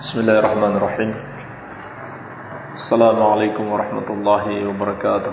Bismillahirrahmanirrahim. Assalamualaikum warahmatullahi wabarakatuh.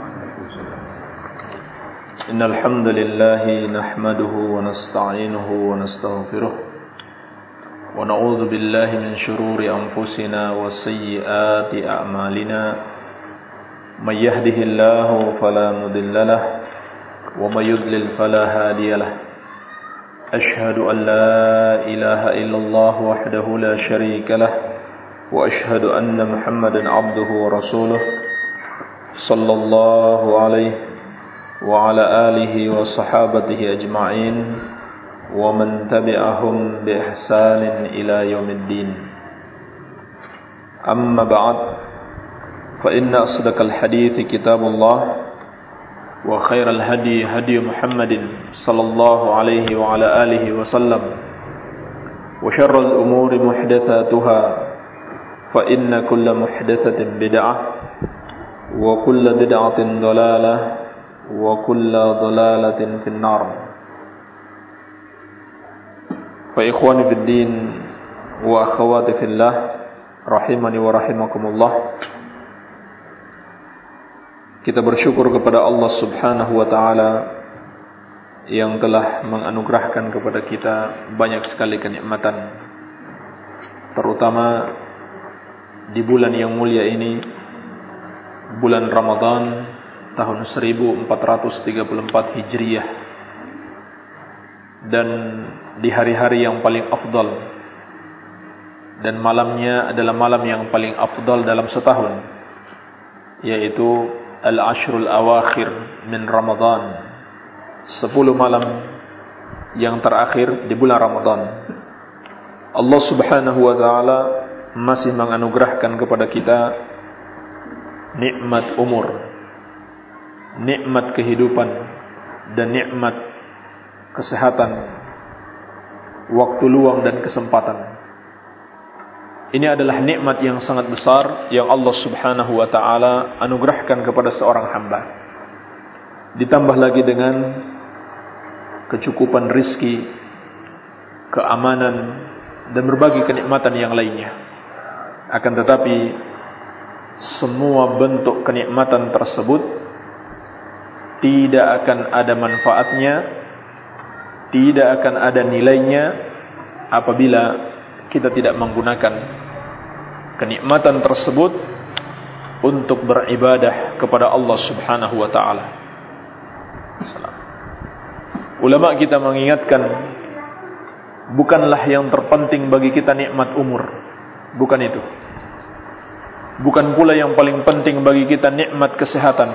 Innal hamdalillah nahmaduhu wa nasta'inuhu wa nastaghfiruh wa na'udzu billahi min shururi anfusina wa sayyiati a'malina. May yahdihillahu fala mudilla lahu wa may yudlil fala hadiya lahu. أشهد أن لا إله إلا الله وحده لا شريك له وأشهد أن محمدا عبده ورسوله صلى الله عليه وعلى آله وصحابته أجمعين ومن تبعهم بإحسان إلى يوم الدين. أما بعد فإن أصدق الحديث كتاب الله وخير الهدي هدي محمد صلى الله عليه وعلى آله وسلم وشر الأمور محدثاتها فإن كل محدثة بدعة وكل بدعة ضلالة وكل ضلالة في النار. فإخواني في الدين وأخواتي في الله rahimani wa rahimakumullah. Kita bersyukur kepada Allah Subhanahu wa taala yang telah menganugerahkan kepada kita banyak sekali kenikmatan, terutama di bulan yang mulia ini, bulan Ramadan tahun 1434 Hijriah, dan di hari-hari yang paling afdal, dan malamnya adalah malam yang paling afdal dalam setahun, yaitu Al-Ashrul Awakhir min Ramadan, 10 malam yang terakhir di bulan Ramadan. Allah Subhanahu wa ta'ala masih menganugerahkan kepada kita nikmat umur, nikmat kehidupan, dan nikmat kesehatan, waktu luang dan kesempatan. Ini adalah nikmat yang sangat besar yang Allah Subhanahu wa ta'ala anugerahkan kepada seorang hamba. Ditambah lagi dengan kecukupan rizki, keamanan, dan berbagai kenikmatan yang lainnya. Akan tetapi semua bentuk kenikmatan tersebut tidak akan ada manfaatnya, tidak akan ada nilainya apabila kita tidak menggunakan kenikmatan tersebut untuk beribadah kepada Allah Subhanahu wa ta'ala. Ulama kita mengingatkan, bukanlah yang terpenting bagi kita nikmat umur, bukan itu. Bukan pula yang paling penting bagi kita nikmat kesehatan,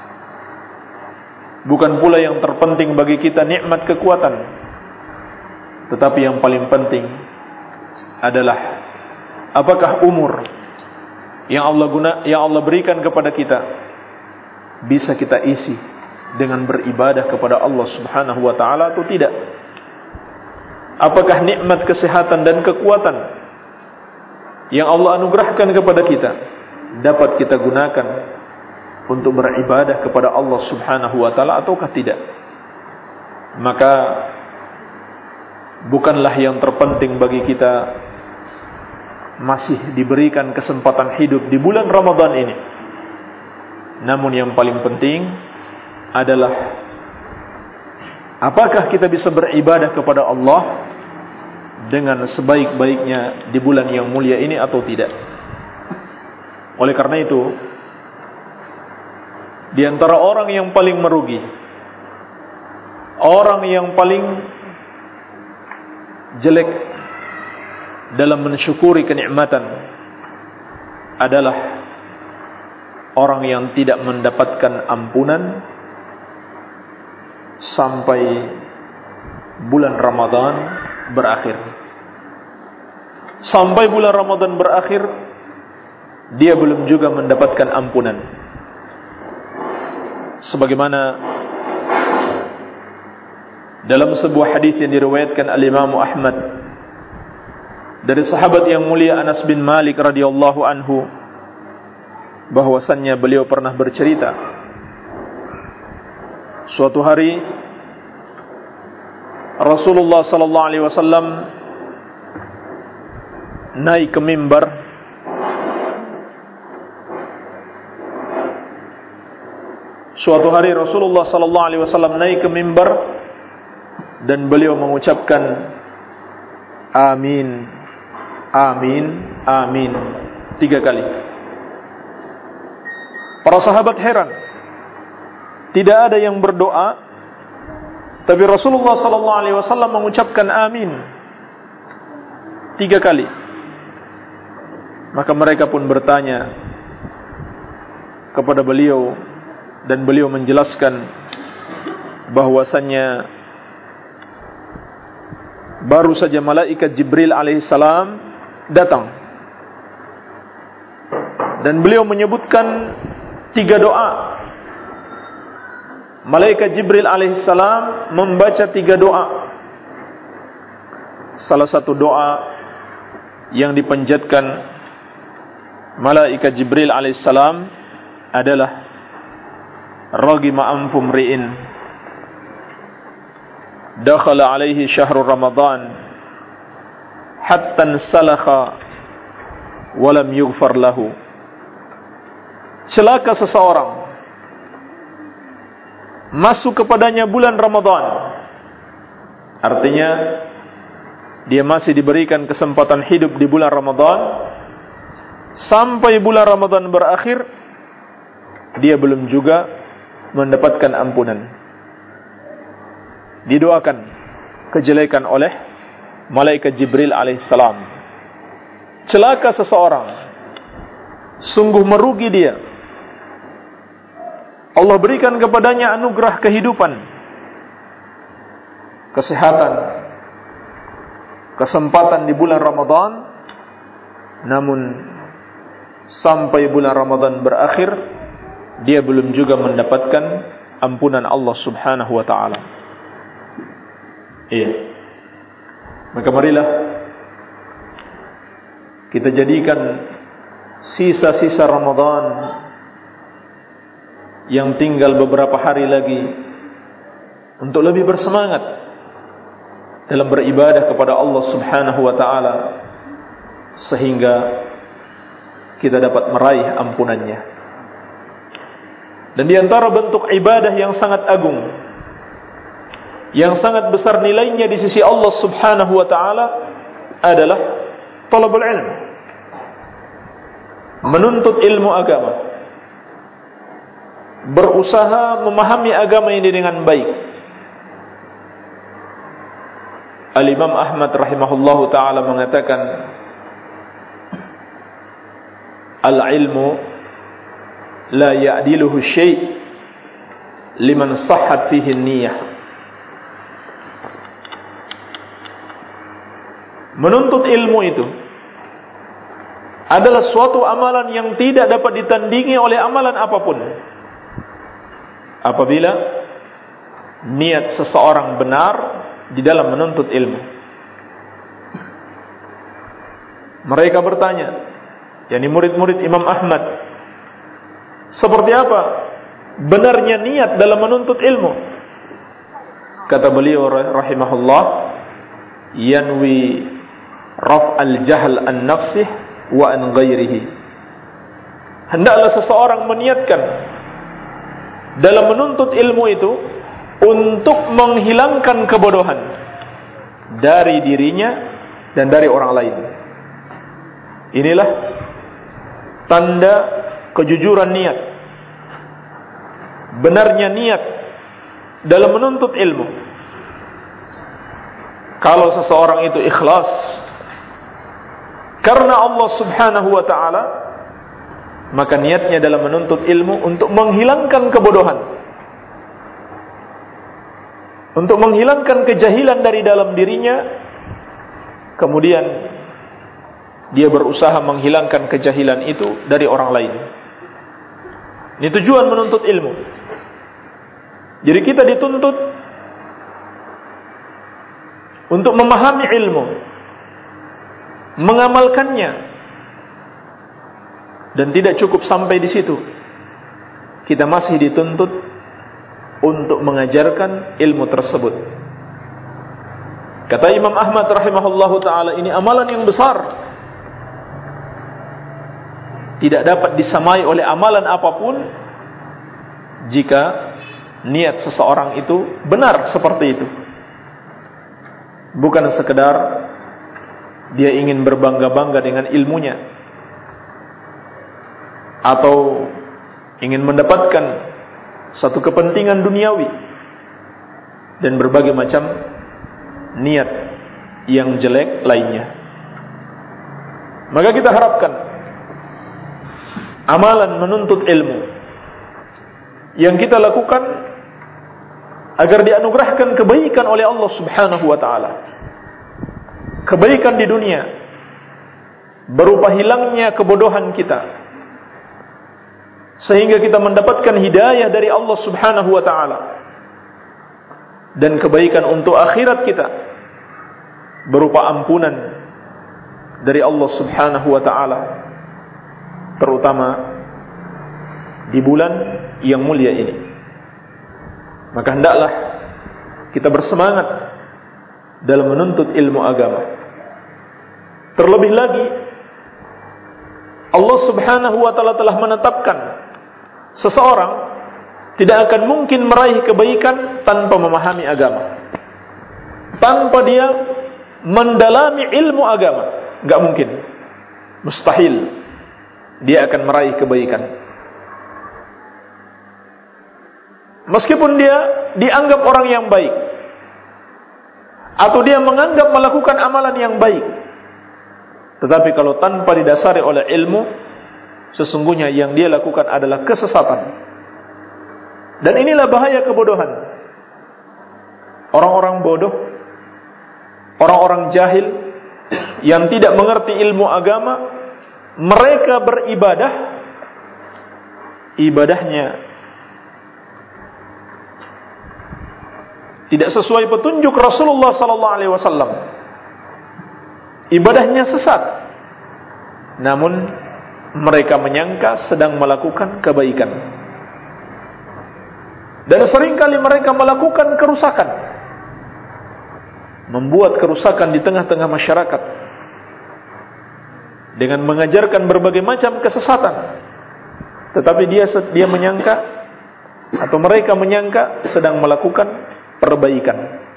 bukan pula yang terpenting bagi kita nikmat kekuatan. Tetapi yang paling penting adalah apakah umur yang Allah berikan kepada kita bisa kita isi dengan beribadah kepada Allah Subhanahu wa ta'ala atau tidak? Apakah nikmat kesehatan dan kekuatan yang Allah anugerahkan kepada kita dapat kita gunakan untuk beribadah kepada Allah Subhanahu wa ta'ala ataukah tidak? Maka bukanlah yang terpenting bagi kita masih diberikan kesempatan hidup di bulan Ramadan ini. Namun yang paling penting adalah apakah kita bisa beribadah kepada Allah dengan sebaik-baiknya di bulan yang mulia ini atau tidak. Oleh karena itu, di antara orang yang paling merugi, orang yang paling jelek dalam mensyukuri kenikmatan adalah orang yang tidak mendapatkan ampunan sampai bulan Ramadan berakhir. Sampai bulan Ramadan berakhir, dia belum juga mendapatkan ampunan. Sebagaimana dalam sebuah hadis yang diriwayatkan al-Imam Ahmad dari sahabat yang mulia Anas bin Malik radhiyallahu anhu, bahwasannya beliau pernah bercerita, suatu hari Rasulullah sallallahu alaihi wasallam naik ke mimbar suatu hari. Rasulullah sallallahu alaihi wasallam naik ke mimbar dan beliau mengucapkan amin, amin, amin 3 kali. Para sahabat heran, tidak ada yang berdoa, tapi Rasulullah sallallahu alaihi wasallam mengucapkan amin 3 kali. Maka mereka pun bertanya kepada beliau, dan beliau menjelaskan bahwasannya baru saja malaikat Jibril alaihissalam datang, dan beliau menyebutkan 3 doa. Malaikat Jibril alaihissalam membaca 3 doa. Salah satu doa yang dipanjatkan malaikat Jibril alaihissalam adalah ragima anfum ri'in dakhala alaihi syahrul Ramadan hatta salakha walam yughfar lahu. Celaka seseorang masuk kepadanya bulan Ramadan, artinya dia masih diberikan kesempatan hidup di bulan Ramadan, sampai bulan Ramadan berakhir dia belum juga mendapatkan ampunan. Didoakan kejelekan oleh malaikat Jibril alaihissalam. Celaka seseorang, sungguh merugi dia. Allah berikan kepadanya anugerah kehidupan, kesehatan, kesempatan di bulan Ramadan, namun sampai bulan Ramadan berakhir dia belum juga mendapatkan ampunan Allah subhanahu wa ta'ala. Iya. Maka marilah kita jadikan sisa-sisa Ramadan yang tinggal beberapa hari lagi untuk lebih bersemangat dalam beribadah kepada Allah subhanahu wa ta'ala, sehingga kita dapat meraih ampunannya. Dan di antara bentuk ibadah yang sangat agung, yang sangat besar nilainya di sisi Allah subhanahu wa ta'ala adalah talabul ilm, menuntut ilmu agama, berusaha memahami agama ini dengan baik. Al-Imam Ahmad rahimahullahu ta'ala mengatakan, al-ilmu la ya'diluhu syai' liman sahhat fihi niyyah. Menuntut ilmu itu adalah suatu amalan yang tidak dapat ditandingi oleh amalan apapun, apabila niat seseorang benar di dalam menuntut ilmu. Mereka bertanya, yakni murid-murid Imam Ahmad, seperti apa benarnya niat dalam menuntut ilmu? Kata beliau rahimahullah, yanwi raf'al jahl an nafsih wa an ghairihi. Hendaklah seseorang meniatkan dalam menuntut ilmu itu untuk menghilangkan kebodohan dari dirinya dan dari orang lain. Inilah tanda kejujuran niat, benarnya niat dalam menuntut ilmu. Kalau seseorang itu ikhlas karena Allah subhanahu wa ta'ala, maka niatnya dalam menuntut ilmu untuk menghilangkan kebodohan, untuk menghilangkan kejahilan dari dalam dirinya. Kemudian dia berusaha menghilangkan kejahilan itu dari orang lain. Ini tujuan menuntut ilmu. Jadi kita dituntut untuk memahami ilmu, mengamalkannya, dan tidak cukup sampai di situ. Kita masih dituntut untuk mengajarkan ilmu tersebut. Kata Imam Ahmad rahimahullahu ta'ala, ini amalan yang besar, tidak dapat disamai oleh amalan apapun jika niat seseorang itu benar seperti itu. Bukan sekedar dia ingin berbangga-bangga dengan ilmunya, atau ingin mendapatkan satu kepentingan duniawi, dan berbagai macam niat yang jelek lainnya. Maka kita harapkan amalan menuntut ilmu yang kita lakukan agar dianugerahkan kebaikan oleh Allah Subhanahu wa taala. Kebaikan di dunia berupa hilangnya kebodohan kita, sehingga kita mendapatkan hidayah dari Allah Subhanahu wa taala, dan kebaikan untuk akhirat kita berupa ampunan dari Allah Subhanahu wa taala, terutama di bulan yang mulia ini. Maka hendaklah kita bersemangat dalam menuntut ilmu agama. Terlebih lagi Allah Subhanahu wa taala telah menetapkan seseorang tidak akan mungkin meraih kebaikan tanpa memahami agama, tanpa dia mendalami ilmu agama. Enggak mungkin, mustahil dia akan meraih kebaikan. Meskipun dia dianggap orang yang baik, atau dia menganggap melakukan amalan yang baik, tetapi kalau tanpa didasari oleh ilmu, sesungguhnya yang dia lakukan adalah kesesatan. Dan inilah bahaya kebodohan. Orang-orang bodoh, orang-orang jahil yang tidak mengerti ilmu agama, mereka beribadah, ibadahnya tidak sesuai petunjuk Rasulullah sallallahu alaihi wasallam. Ibadahnya sesat. Namun mereka menyangka sedang melakukan kebaikan. Dan seringkali mereka melakukan kerusakan, membuat kerusakan di tengah-tengah masyarakat dengan mengajarkan berbagai macam kesesatan. Tetapi dia menyangka, atau mereka menyangka sedang melakukan perbaikan.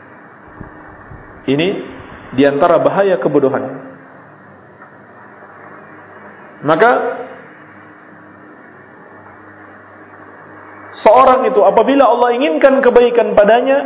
Ini diantara bahaya kebodohan. Maka seorang itu apabila Allah inginkan kebaikan padanya,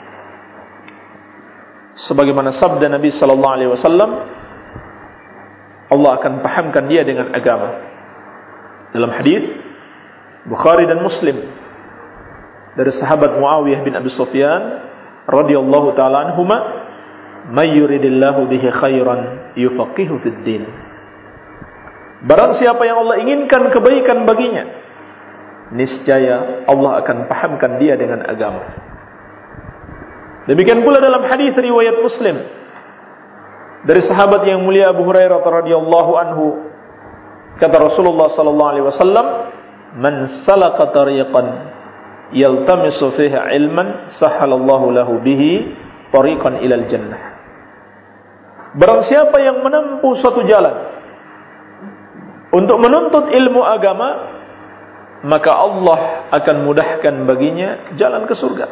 sebagaimana sabda Nabi sallallahu alaihi wasallam, Allah akan pahamkan dia dengan agama. Dalam hadis Bukhari dan Muslim dari sahabat Muawiyah bin Abi Sufyan radhiyallahu taala anhuma, "May yuridillahu bihi khairan yufaqihu fid din." Barang siapa yang Allah inginkan kebaikan baginya, niscaya Allah akan pahamkan dia dengan agama. Demikian pula dalam hadis riwayat Muslim dari sahabat yang mulia Abu Hurairah radhiyallahu anhu, kata Rasulullah sallallahu alaihi wasallam, "Man salaka tariqan yaltamisu fihi ilman sahhalallahu lahu bihi tariqan ilal jannah." Barang siapa yang menempuh suatu jalan untuk menuntut ilmu agama, maka Allah akan mudahkan baginya jalan ke surga.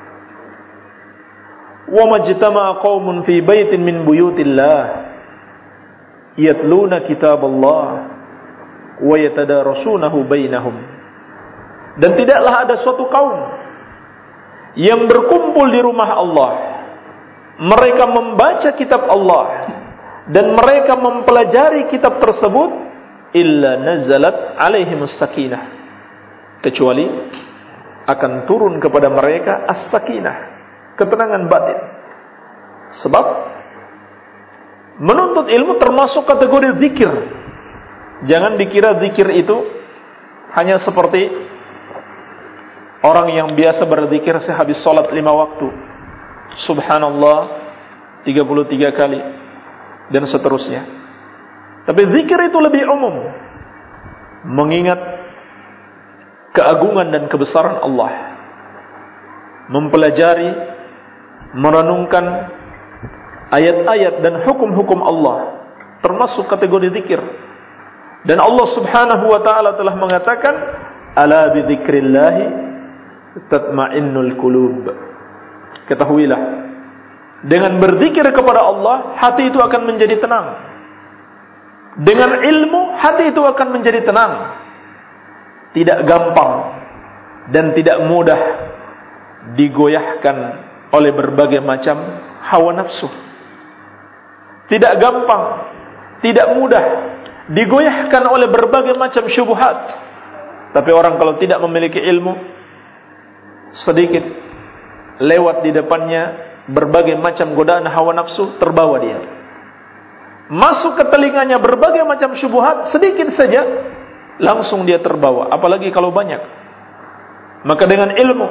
Wa majtama'a qaumun fi baitin min buyutillah yatluna kitaballah wa yatadarasunahu bainahum. Dan tidaklah ada suatu kaum yang berkumpul di rumah Allah, mereka membaca kitab Allah dan mereka mempelajari kitab tersebut, illa nazalat alaihimus sakinah, kecuali akan turun kepada mereka as-sakinah, ketenangan batin. Sebab menuntut ilmu termasuk kategori zikir. Jangan dikira zikir itu hanya seperti orang yang biasa berzikir sehabis salat 5 waktu, subhanallah 33 kali dan seterusnya. Tapi zikir itu lebih umum, mengingat keagungan dan kebesaran Allah, mempelajari, merenungkan ayat-ayat dan hukum-hukum Allah, termasuk kategori zikir. Dan Allah Subhanahu wa taala telah mengatakan, ala bidzikrillah tatma'innul qulub. Ketahuilah, dengan berzikir kepada Allah, hati itu akan menjadi tenang. Dengan ilmu, hati itu akan menjadi tenang. Tidak gampang dan tidak mudah digoyahkan oleh berbagai macam hawa nafsu. Tidak gampang, tidak mudah digoyahkan oleh berbagai macam syubhat. Tapi orang kalau tidak memiliki ilmu, sedikit lewat di depannya berbagai macam godaan hawa nafsu, terbawa dia. Masuk ke telinganya berbagai macam syubhat, sedikit saja langsung dia terbawa, apalagi kalau banyak. Maka dengan ilmu,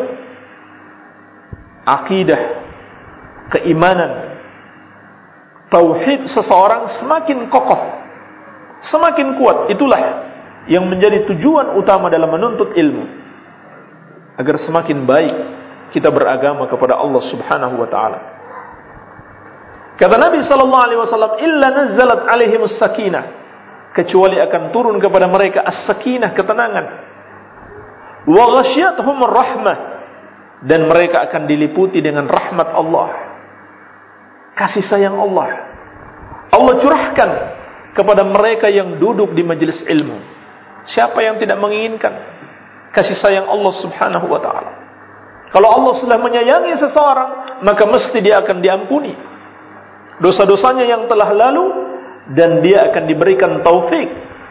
akidah, keimanan, tauhid seseorang semakin kokoh, semakin kuat. Itulah yang menjadi tujuan utama dalam menuntut ilmu, agar semakin baik kita beragama kepada Allah Subhanahu wa taala. Kata Nabi sallallahu alaihi wasallam, illa nazzalat alaihimus sakinah, kecuali akan turun kepada mereka as-sakinah, ketenangan. Wa ghasyiyatuhumur rahmah, dan mereka akan diliputi dengan rahmat Allah, kasih sayang Allah. Allah curahkan kepada mereka yang duduk di majelis ilmu. Siapa yang tidak menginginkan kasih sayang Allah Subhanahu wa taala? Kalau Allah sudah menyayangi seseorang, maka mesti dia akan diampuni dosa-dosanya yang telah lalu, dan dia akan diberikan taufik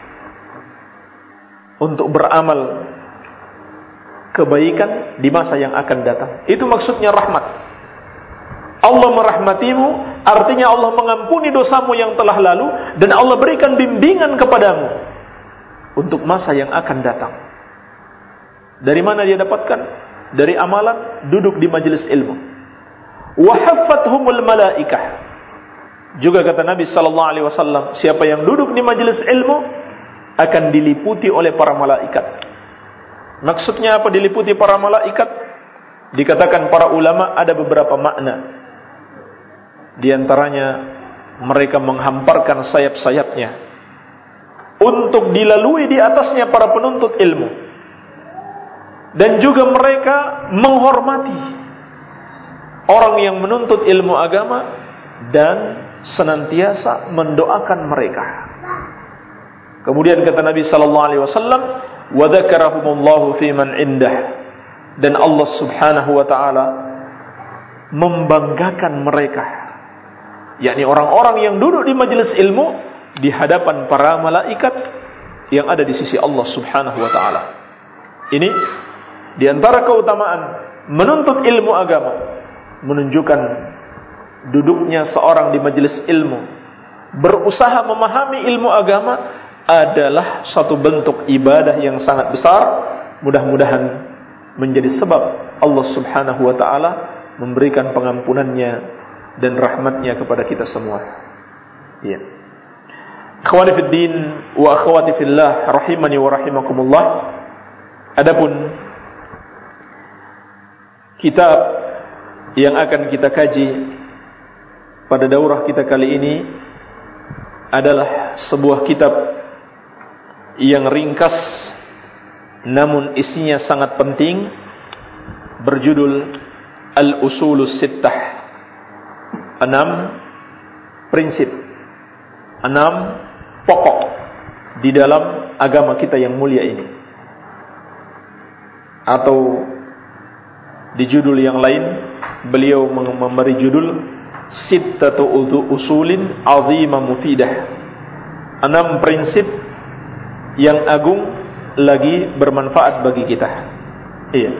untuk beramal kebaikan di masa yang akan datang. Itu maksudnya rahmat. Allah merahmatimu, artinya Allah mengampuni dosamu yang telah lalu, dan Allah berikan bimbingan kepadamu untuk masa yang akan datang. Dari mana dia dapatkan? Dari amalan duduk di majelis ilmu. Wa haffathumul malaikah. Juga kata Nabi sallallahu alaihi wasallam, siapa yang duduk di majelis ilmu akan diliputi oleh para malaikat. Maksudnya apa diliputi para malaikat? Dikatakan para ulama ada beberapa makna. Di antaranya mereka menghamparkan sayap-sayapnya untuk dilalui di atasnya para penuntut ilmu. Dan juga mereka menghormati orang yang menuntut ilmu agama dan senantiasa mendoakan mereka. Kemudian kata Nabi sallallahu alaihi wasallam, wa dzakarahumullahu fi man indah, dan Allah Subhanahu wa taala membanggakan mereka, yakni orang-orang yang duduk di majelis ilmu di hadapan para malaikat yang ada di sisi Allah Subhanahu wa taala. Ini di antara keutamaan menuntut ilmu agama, menunjukkan duduknya seorang di majelis ilmu, berusaha memahami ilmu agama adalah satu bentuk ibadah yang sangat besar. Mudah-mudahan menjadi sebab Allah Subhanahu wa taala memberikan pengampunannya dan rahmatnya kepada kita semua. Ya. Ikhwani fid din wa akhwati fillah rahimani wa rahimakumullah. Adapun kitab yang akan kita kaji pada daurah kita kali ini adalah sebuah kitab yang ringkas namun isinya sangat penting, berjudul Al-Usulus Sittah, 6 prinsip, 6 pokok di dalam agama kita yang mulia ini. Atau di judul yang lain beliau memberi judul Sittatu usulin azimah mufidah, 6 prinsip yang agung lagi bermanfaat bagi kita. Iya.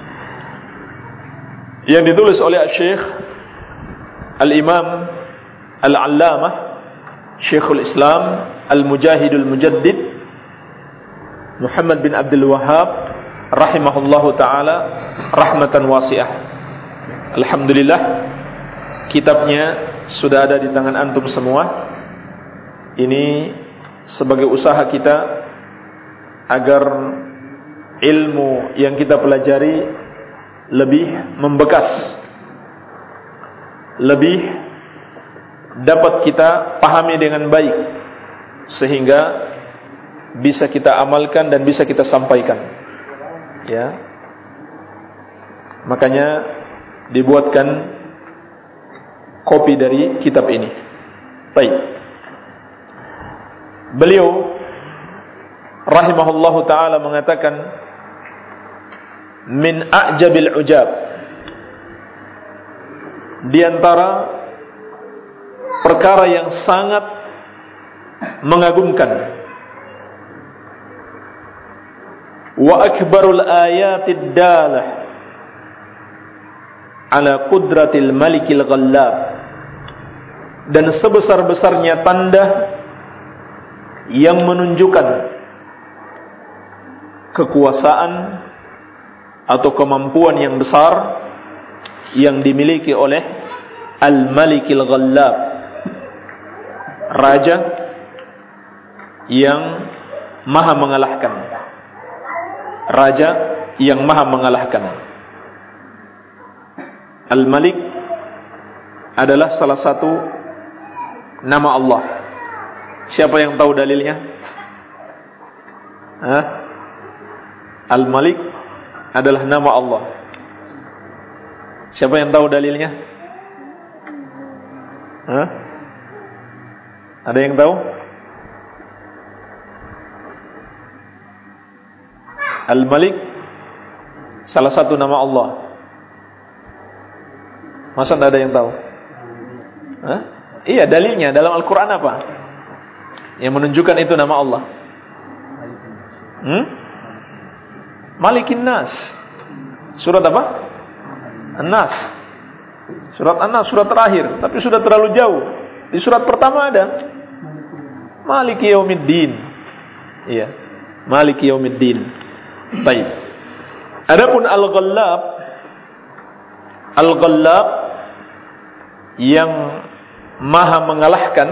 Yang ditulis oleh Syekh Al-Imam Al-Allamah Syekhul Islam Al-Mujahidul Mujaddid Muhammad bin Abdul Wahhab rahimahullahu ta'ala rahmatan wasi'ah. Alhamdulillah, kitabnya sudah ada di tangan antum semua. Ini sebagai usaha kita agar ilmu yang kita pelajari lebih membekas, lebih dapat kita pahami dengan baik, sehingga bisa kita amalkan dan bisa kita sampaikan. Ya. Makanya dibuatkan kopi dari kitab ini. Baik. Beliau rahimahullahu taala mengatakan min a'jabil ujab, di antara perkara yang sangat mengagumkan, wa akbarul ayatid dalah ala qudratil malikil ghallab, dan sebesar-besarnya tanda yang menunjukkan kekuasaan atau kemampuan yang besar yang dimiliki oleh Al-Malikil Ghallab, raja yang maha mengalahkan, raja yang maha mengalahkan. Al-Malik adalah salah satu nama Allah. Siapa yang tahu dalilnya? Al-Malik adalah nama Allah. Siapa yang tahu dalilnya? Ada yang tahu? Al-Malik salah satu nama Allah. Masa tidak ada yang tahu? Iya, dalilnya dalam Al-Quran apa? Yang menunjukkan itu nama Allah. Malikin Nas. Surat apa? An-Nas. Surat An-Nas, surat terakhir. Tapi sudah terlalu jauh. Di surat pertama ada Maliki Yaumiddin. Iya, Maliki Yaumiddin. Baik. Adapun Al-Ghallab, Al-Ghallab yang maha mengalahkan,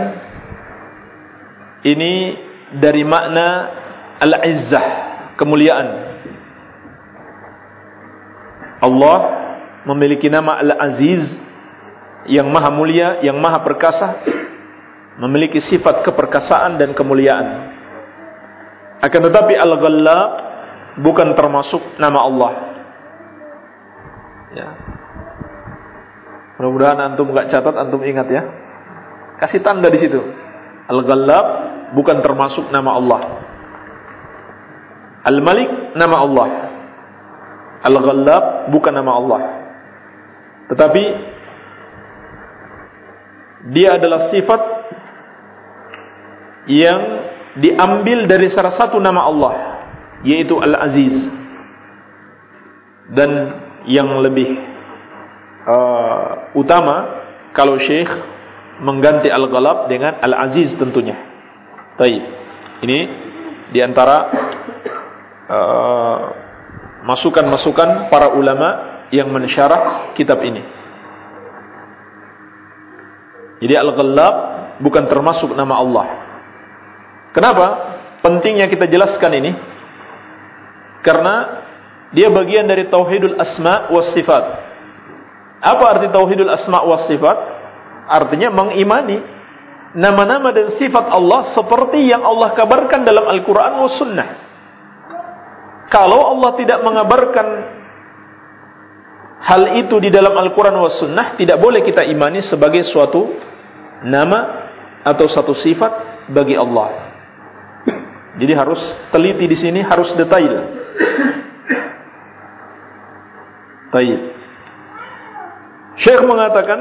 ini dari makna Al-Izzah, kemuliaan. Allah memiliki nama Al-Aziz, yang maha mulia, yang maha perkasa, memiliki sifat keperkasaan dan kemuliaan. Akan tetapi Al-Ghallab bukan termasuk nama Allah. Ya. Mudah-mudahan antum enggak catat, antum ingat ya. Kasih tanda di situ. Al-Ghallab bukan termasuk nama Allah. Al-Malik nama Allah. Al-Ghallab bukan nama Allah. Tetapi dia adalah sifat yang diambil dari salah satu nama Allah, yaitu Al-Aziz. Dan yang lebih utama kalau Syekh mengganti Al-Ghallab dengan Al-Aziz tentunya. Baik. Ini diantara masukan-masukan para ulama yang mensyarah kitab ini. Jadi Al-Ghallab bukan termasuk nama Allah. Kenapa pentingnya kita jelaskan ini? Karena dia bagian dari Tauhidul Asma was Sifat. Apa arti Tauhidul Asma was Sifat? Artinya mengimani nama-nama dan sifat Allah seperti yang Allah kabarkan dalam Al-Quran was Sunnah. Kalau Allah tidak mengabarkan hal itu di dalam Al-Quran was Sunnah, tidak boleh kita imani sebagai suatu nama atau satu sifat bagi Allah. Jadi harus teliti di sini, harus detail. Baik. Syekh mengatakan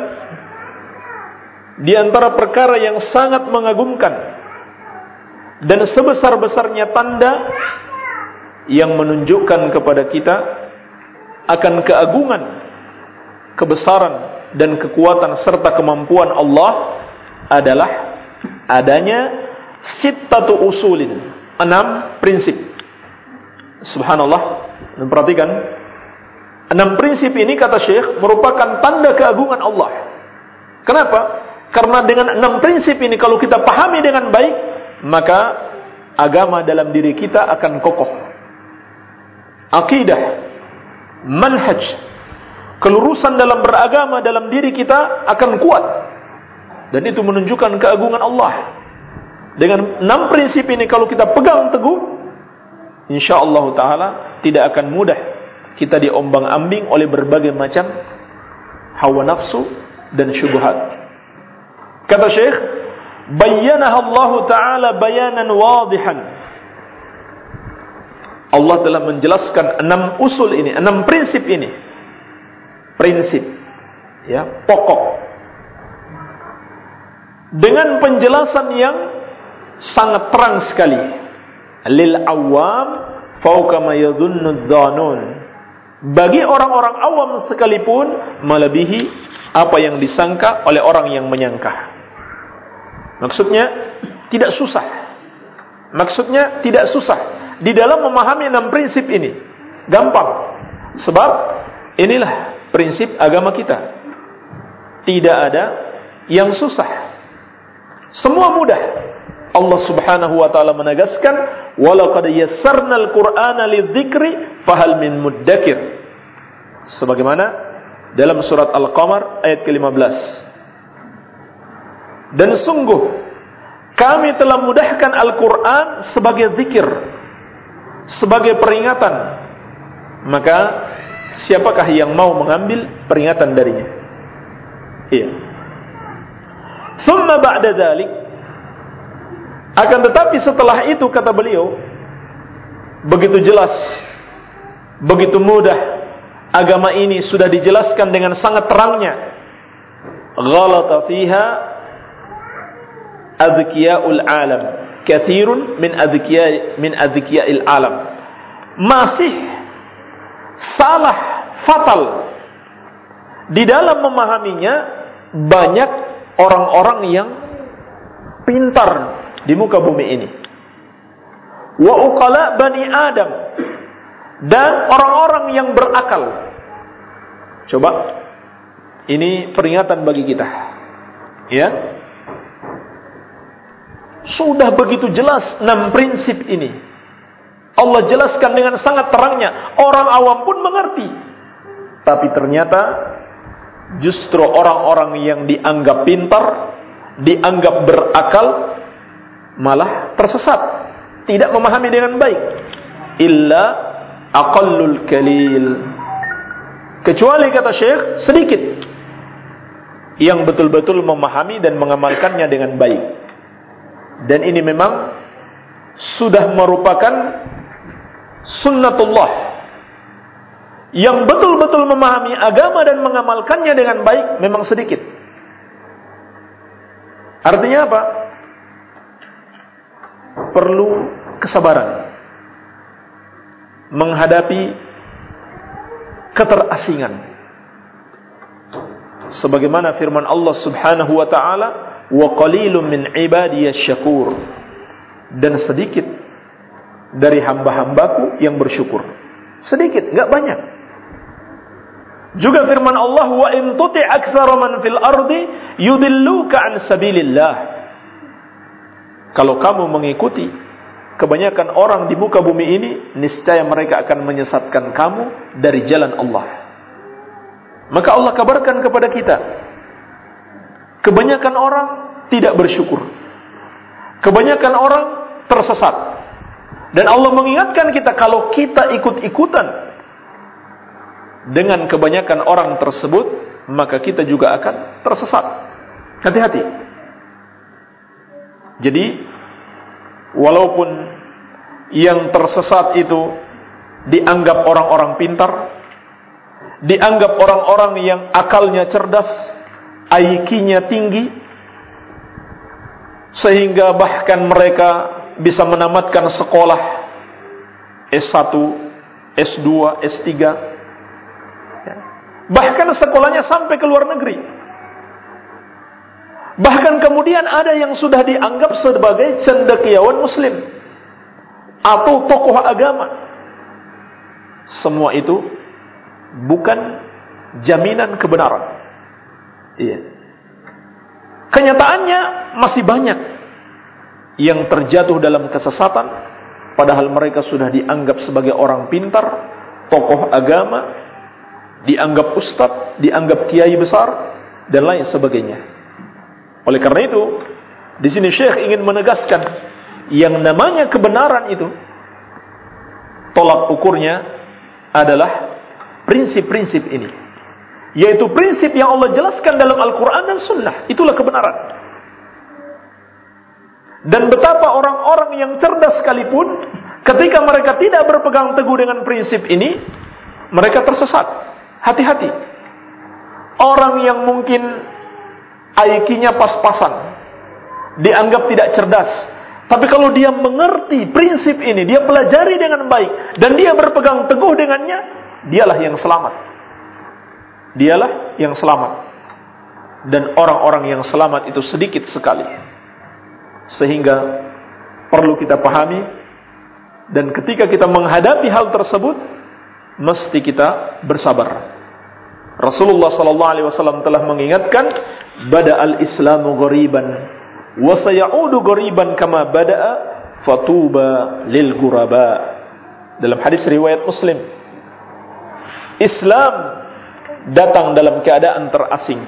di antara perkara yang sangat mengagumkan dan sebesar-besarnya tanda yang menunjukkan kepada kita akan keagungan, kebesaran dan kekuatan serta kemampuan Allah adalah adanya sittatu usulin, 6 prinsip. Subhanallah, perhatikan 6 prinsip ini kata Syekh merupakan tanda keagungan Allah. Kenapa? Karena dengan 6 prinsip ini kalau kita pahami dengan baik, maka agama dalam diri kita akan kokoh. Akidah, manhaj, kelurusan dalam beragama dalam diri kita akan kuat. Dan itu menunjukkan keagungan Allah. Dengan 6 prinsip ini kalau kita pegang teguh, insyaallah taala tidak akan mudah kita diombang-ambing oleh berbagai macam hawa nafsu dan syubhat. Kata Syekh, bayyanaha Allah taala bayanan wadihan. Allah telah menjelaskan 6 usul ini, 6 prinsip ini. Prinsip, ya, pokok. Dengan penjelasan yang sangat terang sekali. Lil awam fauqa ma yadhunnu dhanun. Bagi orang-orang awam sekalipun melebihi apa yang disangka oleh orang yang menyangka. Maksudnya tidak susah. Maksudnya tidak susah di dalam memahami 6 prinsip ini. Gampang. Sebab inilah prinsip agama kita. Tidak ada yang susah. Semua mudah. Allah Subhanahu wa taala menegaskan, "Walaqad yassarnal Qur'ana lidzikri fahal min muddakir." Sebagaimana dalam surat Al-Qamar ayat ke-15. Dan sungguh kami telah mudahkan Al-Qur'an sebagai zikir, sebagai peringatan. Maka siapakah yang mau mengambil peringatan darinya? Iya. Summa ba'da dzalik, akan tetapi setelah itu, kata beliau, begitu jelas, begitu mudah, agama ini sudah dijelaskan dengan sangat terangnya. Ghalata fiha adhkiya'ul alam, katsirun min adhkiya'il alam. Masih salah fatal di dalam memahaminya banyak orang-orang yang pintar di muka bumi ini. Wa uqala bani Adam, dan orang-orang yang berakal. Coba, ini peringatan bagi kita. Ya. Sudah begitu jelas 6 prinsip ini. Allah jelaskan dengan sangat terangnya. Orang awam pun mengerti. Tapi ternyata justru orang-orang yang dianggap pintar, dianggap berakal, malah tersesat, tidak memahami dengan baik. Illa aqallul kalil, kecuali, kata Syekh, sedikit yang betul-betul memahami dan mengamalkannya dengan baik. Dan ini memang sudah merupakan sunnatullah. Yang betul-betul memahami agama dan mengamalkannya dengan baik memang sedikit. Artinya apa? Perlu kesabaran menghadapi keterasingan. Sebagaimana firman Allah Subhanahu wa taala, "Wa qalilun min ibadiyasy syakur." Dan sedikit dari hamba-hambaku yang bersyukur. Sedikit, enggak banyak. Juga firman Allah, "Wa in tuti' aktsara man fil ardi yudilluka an sabilillah." Kalau kamu mengikuti kebanyakan orang di muka bumi ini, niscaya mereka akan menyesatkan kamu dari jalan Allah. Maka Allah kabarkan kepada kita, kebanyakan orang tidak bersyukur, kebanyakan orang tersesat. Dan Allah mengingatkan kita, kalau kita ikut-ikutan dengan kebanyakan orang tersebut, maka kita juga akan tersesat. Hati-hati. Jadi, walaupun yang tersesat itu dianggap orang-orang pintar, dianggap orang-orang yang akalnya cerdas, IQ-nya tinggi, sehingga bahkan mereka bisa menamatkan sekolah S1, S2, S3, bahkan sekolahnya sampai ke luar negeri. Bahkan kemudian ada yang sudah dianggap sebagai cendekiawan muslim atau tokoh agama. Semua itu bukan jaminan kebenaran. Iya. Kenyataannya masih banyak yang terjatuh dalam kesesatan, padahal mereka sudah dianggap sebagai orang pintar, tokoh agama, dianggap ustadz, dianggap kiai besar, dan lain sebagainya. Oleh karena itu, Di sini Syekh ingin menegaskan yang namanya kebenaran itu tolak ukurnya adalah prinsip-prinsip ini, yaitu prinsip yang Allah jelaskan dalam Al-Quran dan Sunnah. Itulah kebenaran. Dan betapa orang-orang yang cerdas sekalipun, ketika mereka tidak berpegang teguh dengan prinsip ini, mereka tersesat. Hati-hati. Orang yang mungkin IQ-nya pas-pasan, dianggap tidak cerdas, tapi kalau dia mengerti prinsip ini, dia pelajari dengan baik, dan dia berpegang teguh dengannya, dialah yang selamat. Dialah yang selamat. Dan orang-orang yang selamat itu sedikit sekali. Sehingga perlu kita pahami, dan ketika kita menghadapi hal tersebut, mesti kita bersabar. Rasulullah SAW telah mengingatkan, bada'al Islamu ghariban wa sayaudu ghariban kama bada'a fatuba lil ghuraba. Dalam hadis riwayat Muslim, Islam datang dalam keadaan terasing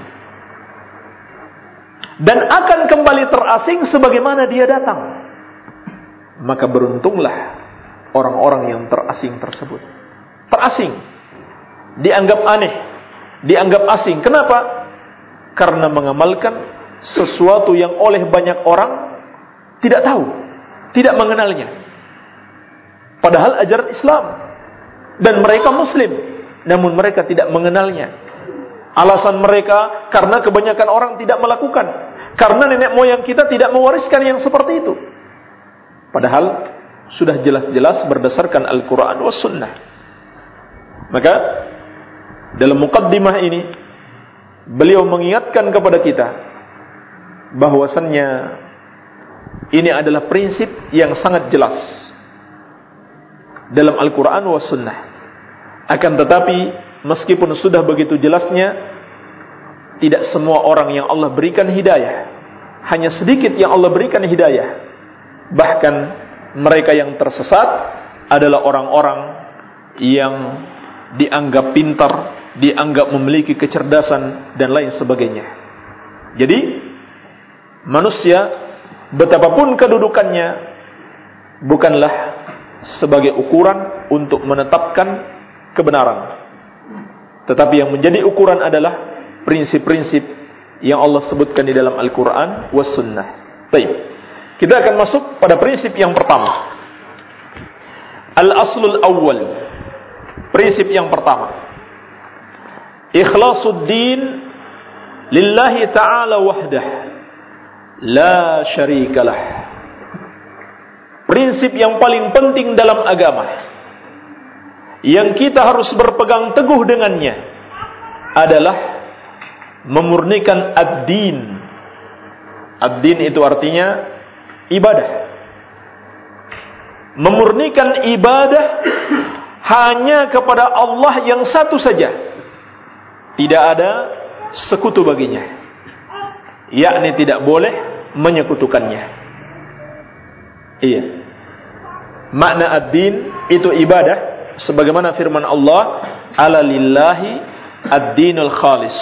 dan akan kembali terasing sebagaimana dia datang. Maka beruntunglah orang-orang yang terasing tersebut. Terasing, dianggap aneh, dianggap asing. Kenapa? Karena mengamalkan sesuatu yang oleh banyak orang tidak tahu, tidak mengenalnya. Padahal ajaran Islam, dan mereka Muslim, namun mereka tidak mengenalnya. Alasan mereka karena kebanyakan orang tidak melakukan, karena nenek moyang kita tidak mewariskan yang seperti itu. Padahal sudah jelas-jelas berdasarkan Al-Quran was Sunnah. Maka dalam muqaddimah ini beliau mengingatkan kepada kita bahwasannya ini adalah prinsip yang sangat jelas dalam Al-Quran was Sunnah. Akan tetapi meskipun sudah begitu jelasnya, tidak semua orang yang Allah berikan hidayah. Hanya sedikit yang Allah berikan hidayah. Bahkan mereka yang tersesat adalah orang-orang yang dianggap pintar, dianggap memiliki kecerdasan dan lain sebagainya. Jadi manusia betapapun kedudukannya bukanlah sebagai ukuran untuk menetapkan kebenaran. Tetapi yang menjadi ukuran adalah prinsip-prinsip yang Allah sebutkan di dalam Al-Quran was Sunnah. Baik, kita akan masuk pada prinsip yang pertama. Al-aslul awwal. Prinsip yang pertama, ikhlasuddin lillahi ta'ala wahdah, la syarikalah. Prinsip yang paling penting dalam agama, yang kita harus berpegang teguh dengannya, adalah memurnikan ad-din. Ad-din itu artinya ibadah. Memurnikan ibadah hanya kepada Allah yang satu saja, tidak ada sekutu baginya, yakni tidak boleh menyekutukannya. Iya, makna ad-din itu ibadah, sebagaimana firman Allah, ala lillahi ad-dinul khalis.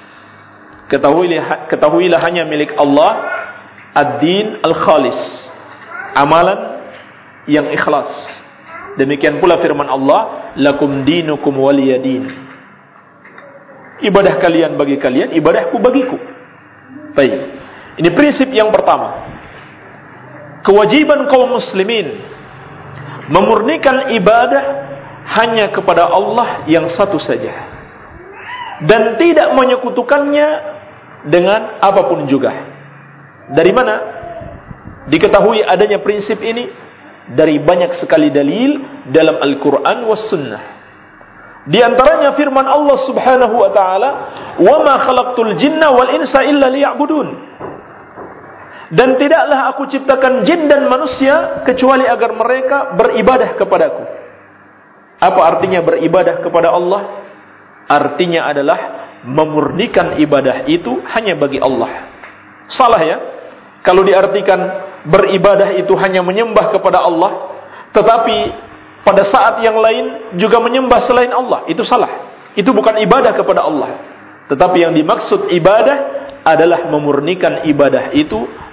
Ketahuilah hanya milik Allah ad-din al-khalis, amalan yang ikhlas. Demikian pula firman Allah, lakum dinukum waliyadin. Ibadah kalian bagi kalian, ibadahku bagiku. Baik, ini prinsip yang pertama. Kewajiban kaum muslimin memurnikan ibadah hanya kepada Allah yang satu saja, dan tidak menyekutukannya dengan apapun juga. Dari mana diketahui adanya prinsip ini? Dari banyak sekali dalil dalam Al-Quran was Sunnah. Di antaranya firman Allah Subhanahu wa taala, "Wa ma khalaqtul jinna wal insa illa liya'budun." Dan tidaklah aku ciptakan jin dan manusia kecuali agar mereka beribadah kepadaku. Apa artinya beribadah kepada Allah? Artinya adalah memurnikan ibadah itu hanya bagi Allah. Salah ya kalau diartikan beribadah itu hanya menyembah kepada Allah, tetapi pada saat yang lain juga menyembah selain Allah. Itu salah. Itu bukan ibadah kepada Allah. Tetapi yang dimaksud ibadah adalah memurnikan ibadah itu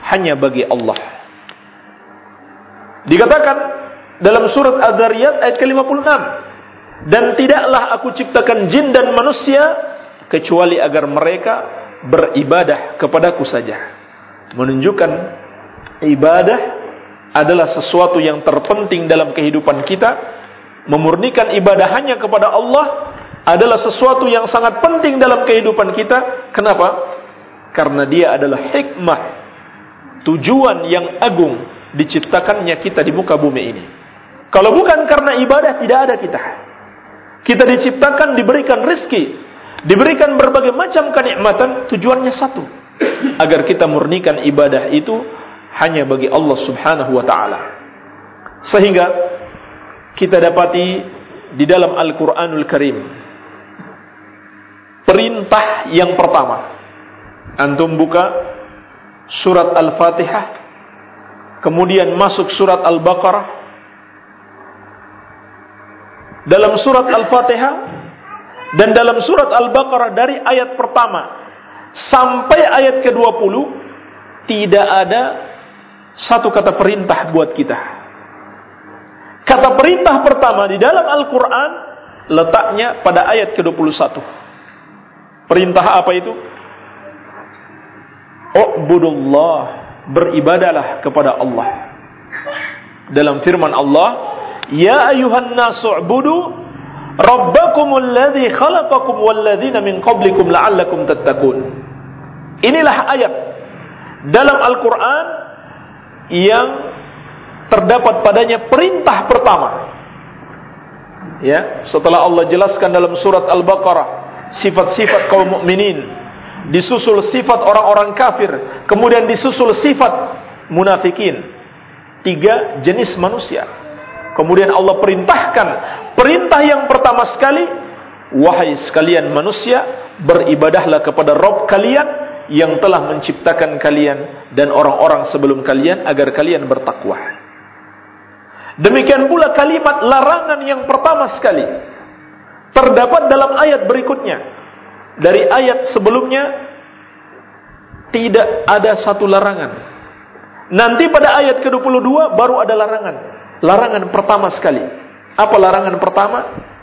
hanya bagi Allah. Dikatakan dalam surat Az-Zariyat ayat ke-56, dan tidaklah aku ciptakan jin dan manusia kecuali agar mereka beribadah kepadaku saja. Menunjukkan ibadah adalah sesuatu yang terpenting dalam kehidupan kita. Memurnikan ibadah hanya kepada Allah adalah sesuatu yang sangat penting dalam kehidupan kita. Kenapa? Karena dia adalah hikmah, tujuan yang agung diciptakannya kita di muka bumi ini. Kalau bukan karena ibadah, tidak ada kita. Kita diciptakan, diberikan rezeki, diberikan berbagai macam kenikmatan, tujuannya satu, agar kita murnikan ibadah itu hanya bagi Allah Subhanahu wa ta'ala. Sehingga kita dapati di dalam Al-Quranul Karim perintah yang pertama. Antum buka surat Al-Fatihah, kemudian masuk surat Al-Baqarah. Dalam surat Al-Fatihah dan dalam surat Al-Baqarah, dari ayat pertama sampai ayat ke-20 tidak ada satu kata perintah buat kita. Kata perintah pertama di dalam Al-Quran letaknya pada ayat ke-21. Perintah apa itu? U'budullah, beribadalah kepada Allah. Dalam firman Allah, ya ayuhan nasu u'budu rabbakumul ladzi khalaqakum walladzina min qablikum la'allakum tattaqun. Inilah ayat dalam Al-Quran yang terdapat padanya perintah pertama. Ya, setelah Allah jelaskan dalam surat Al-Baqarah sifat-sifat kaum mukminin, disusul sifat orang-orang kafir, kemudian disusul sifat munafikin, 3 jenis manusia. Kemudian Allah perintahkan perintah yang pertama sekali, wahai sekalian manusia, beribadahlah kepada Rabb kalian yang telah menciptakan kalian dan orang-orang sebelum kalian agar kalian bertakwa. Demikian pula kalimat larangan yang pertama sekali terdapat dalam ayat berikutnya. Dari ayat sebelumnya tidak ada satu larangan. Nanti pada ayat ke-22 baru ada larangan. Larangan pertama sekali. Apa larangan pertama?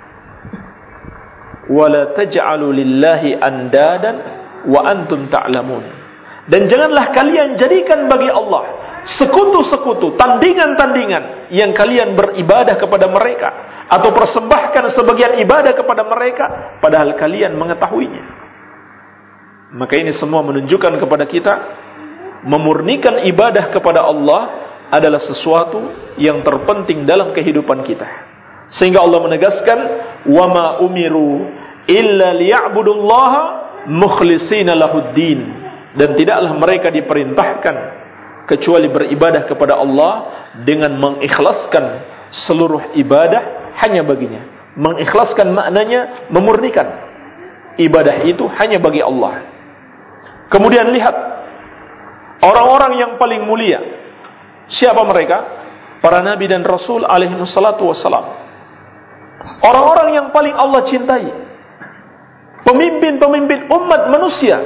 Wala taj'alu lillahi andadan wa antum ta'lamun. Dan janganlah kalian jadikan bagi Allah sekutu-sekutu, tandingan-tandingan yang kalian beribadah kepada mereka atau persembahkan sebagian ibadah kepada mereka padahal kalian mengetahuinya. Maka ini semua menunjukkan kepada kita memurnikan ibadah kepada Allah adalah sesuatu yang terpenting dalam kehidupan kita. Sehingga Allah menegaskan, wa ma umiru illa liya'budullaha mukhlishina lahuddin, dan tidaklah mereka diperintahkan kecuali beribadah kepada Allah dengan mengikhlaskan seluruh ibadah hanya baginya. Mengikhlaskan maknanya memurnikan ibadah itu hanya bagi Allah. Kemudian lihat orang-orang yang paling mulia. Siapa mereka? Para nabi dan rasul alaihi wassalatu wassalam. Orang-orang yang paling Allah cintai, pemimpin-pemimpin umat manusia.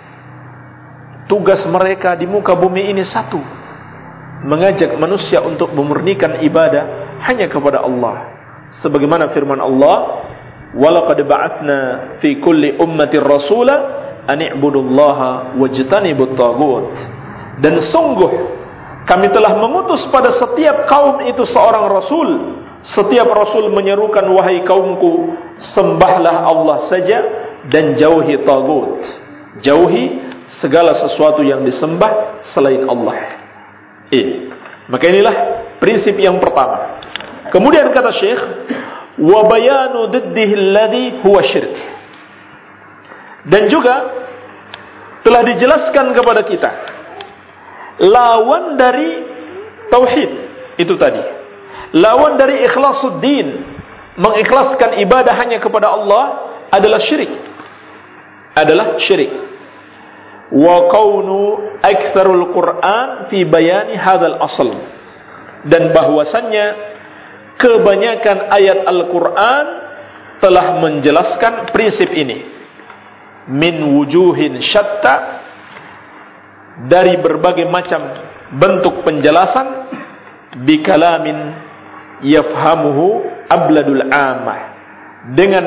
Tugas mereka di muka bumi ini satu, mengajak manusia untuk memurnikan ibadah hanya kepada Allah. Sebagaimana firman Allah, walaqad ba'atsna fi kulli ummatin rasula an i'budullaha wajtanibut taghut. Dan sungguh kami telah mengutus pada setiap kaum itu seorang rasul. Setiap rasul menyerukan, wahai kaumku, sembahlah Allah saja dan jauhi tagut. Jauhi segala sesuatu yang disembah selain Allah. Maka inilah prinsip yang pertama. Kemudian kata Syekh, wa bayanu diddihi alladhi huwa syirk. Dan juga telah dijelaskan kepada kita lawan dari tauhid itu tadi. Lawan dari ikhlasuddin, mengikhlaskan ibadah hanya kepada Allah, adalah syirik. Adalah syirik. Wa kaunu aktsarul Qur'an fi bayani hadzal asl. Dan bahwasannya kebanyakan ayat Al-Qur'an telah menjelaskan prinsip ini. Min wujuhin syatta, dari berbagai macam bentuk penjelasan bikalamin yafhamuhu abladul amah, dengan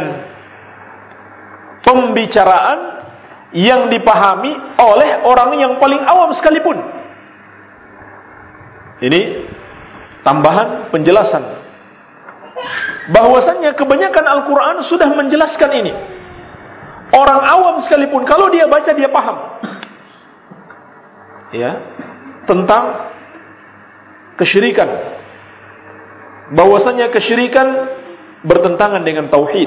pembicaraan yang dipahami oleh orang yang paling awam sekalipun. Ini tambahan penjelasan bahwasannya kebanyakan Al-Quran sudah menjelaskan ini. Orang awam sekalipun kalau dia baca dia paham, ya, tentang kesyirikan, bahwasannya kesyirikan bertentangan dengan tauhid.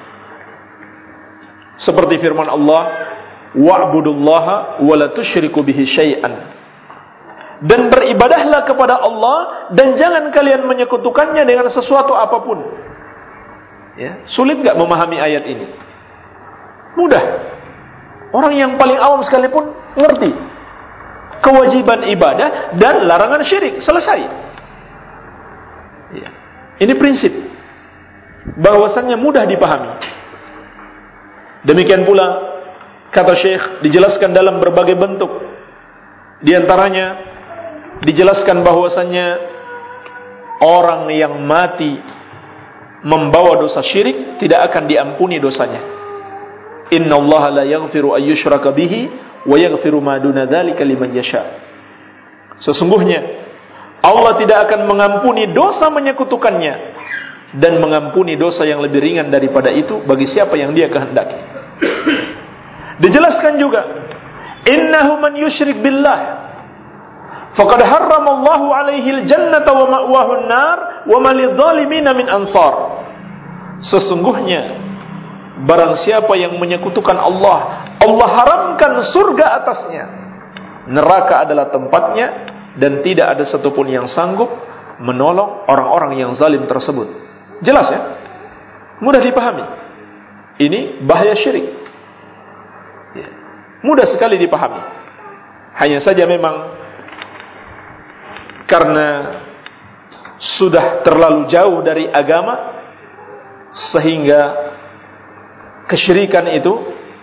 Seperti firman Allah, wa'budullaha wa la tusyriku bihi syai'an, dan beribadahlah kepada Allah dan jangan kalian menyekutukannya dengan sesuatu apapun. Ya, sulit enggak memahami ayat ini? Mudah. Orang yang paling awam sekalipun ngerti kewajiban ibadah dan larangan syirik, selesai. Ya. Ini prinsip bahwasannya mudah dipahami. Demikian pula kata Syekh dijelaskan dalam berbagai bentuk. Di antaranya dijelaskan bahwasannya orang yang mati membawa dosa syirik tidak akan diampuni dosanya. Innallaha la yaghfiru ay yushraka bihi wa yaghfiru ma duna dzalika liman yasha. Sesungguhnya Allah tidak akan mengampuni dosa menyekutukannya dan mengampuni dosa yang lebih ringan daripada itu bagi siapa yang Dia kehendaki. Dijelaskan juga, innahu man yusyrik billah faqad harramallahu alaihi al-jannata wa ma'wahu an-nar wa ma lidh-dhalimin min ansar. Sesungguhnya barang siapa yang menyekutukan Allah, Allah haramkan surga atasnya, neraka adalah tempatnya, dan tidak ada satupun yang sanggup menolong orang-orang yang zalim tersebut. Jelas ya? Mudah dipahami. Ini bahaya syirik ya. Mudah sekali dipahami. Hanya saja memang karena sudah terlalu jauh dari agama, sehingga kesyirikan itu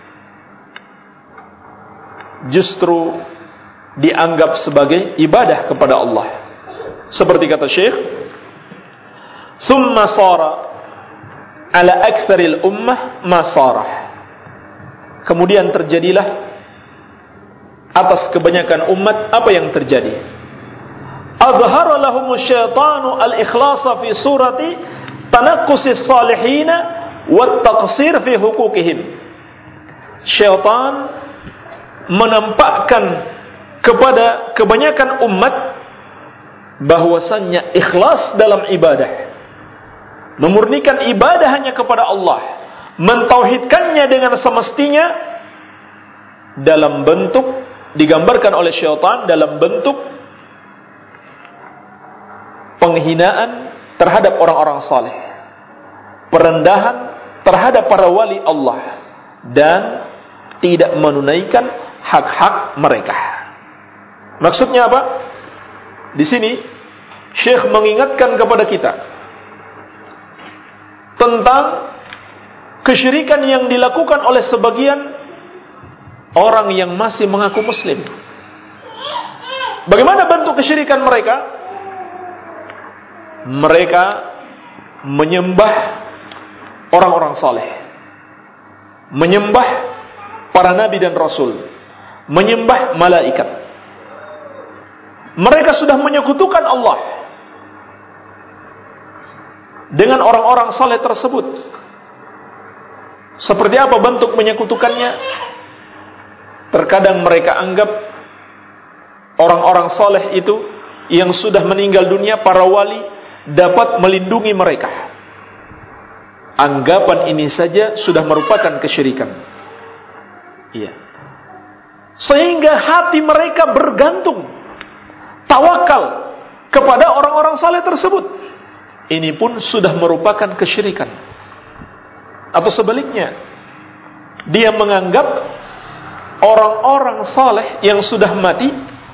justru dianggap sebagai ibadah kepada Allah. Seperti kata Syekh, "Tsumma sara ala aktsaril ummah ma sarah." Kemudian terjadilah atas kebanyakan umat apa yang terjadi. Adhara lahumus syaitanu al-ikhlasa fi surati tanaqqusis salihina wa taqsir fi hukukihim. Syaitan menampakkan kepada kebanyakan umat bahwasannya ikhlas dalam ibadah, memurnikan ibadah hanya kepada Allah, mentauhidkannya dengan semestinya, dalam bentuk digambarkan oleh syaitan dalam bentuk penghinaan terhadap orang-orang saleh, perendahan terhadap para wali Allah, dan tidak menunaikan hak-hak mereka. Maksudnya apa? Di sini Syekh mengingatkan kepada kita tentang kesyirikan yang dilakukan oleh sebagian orang yang masih mengaku muslim. Bagaimana bentuk kesyirikan mereka? Mereka menyembah orang-orang saleh, menyembah para nabi dan rasul, menyembah malaikat. Mereka sudah menyekutukan Allah dengan orang-orang saleh tersebut. Seperti apa bentuk menyekutukannya? Terkadang mereka anggap orang-orang saleh itu yang sudah meninggal dunia, para wali, dapat melindungi mereka. Anggapan ini saja sudah merupakan kesyirikan. Iya. Sehingga hati mereka bergantung, tawakal kepada orang-orang saleh tersebut. Ini pun sudah merupakan kesyirikan. Atau sebaliknya, dia menganggap orang-orang saleh yang sudah mati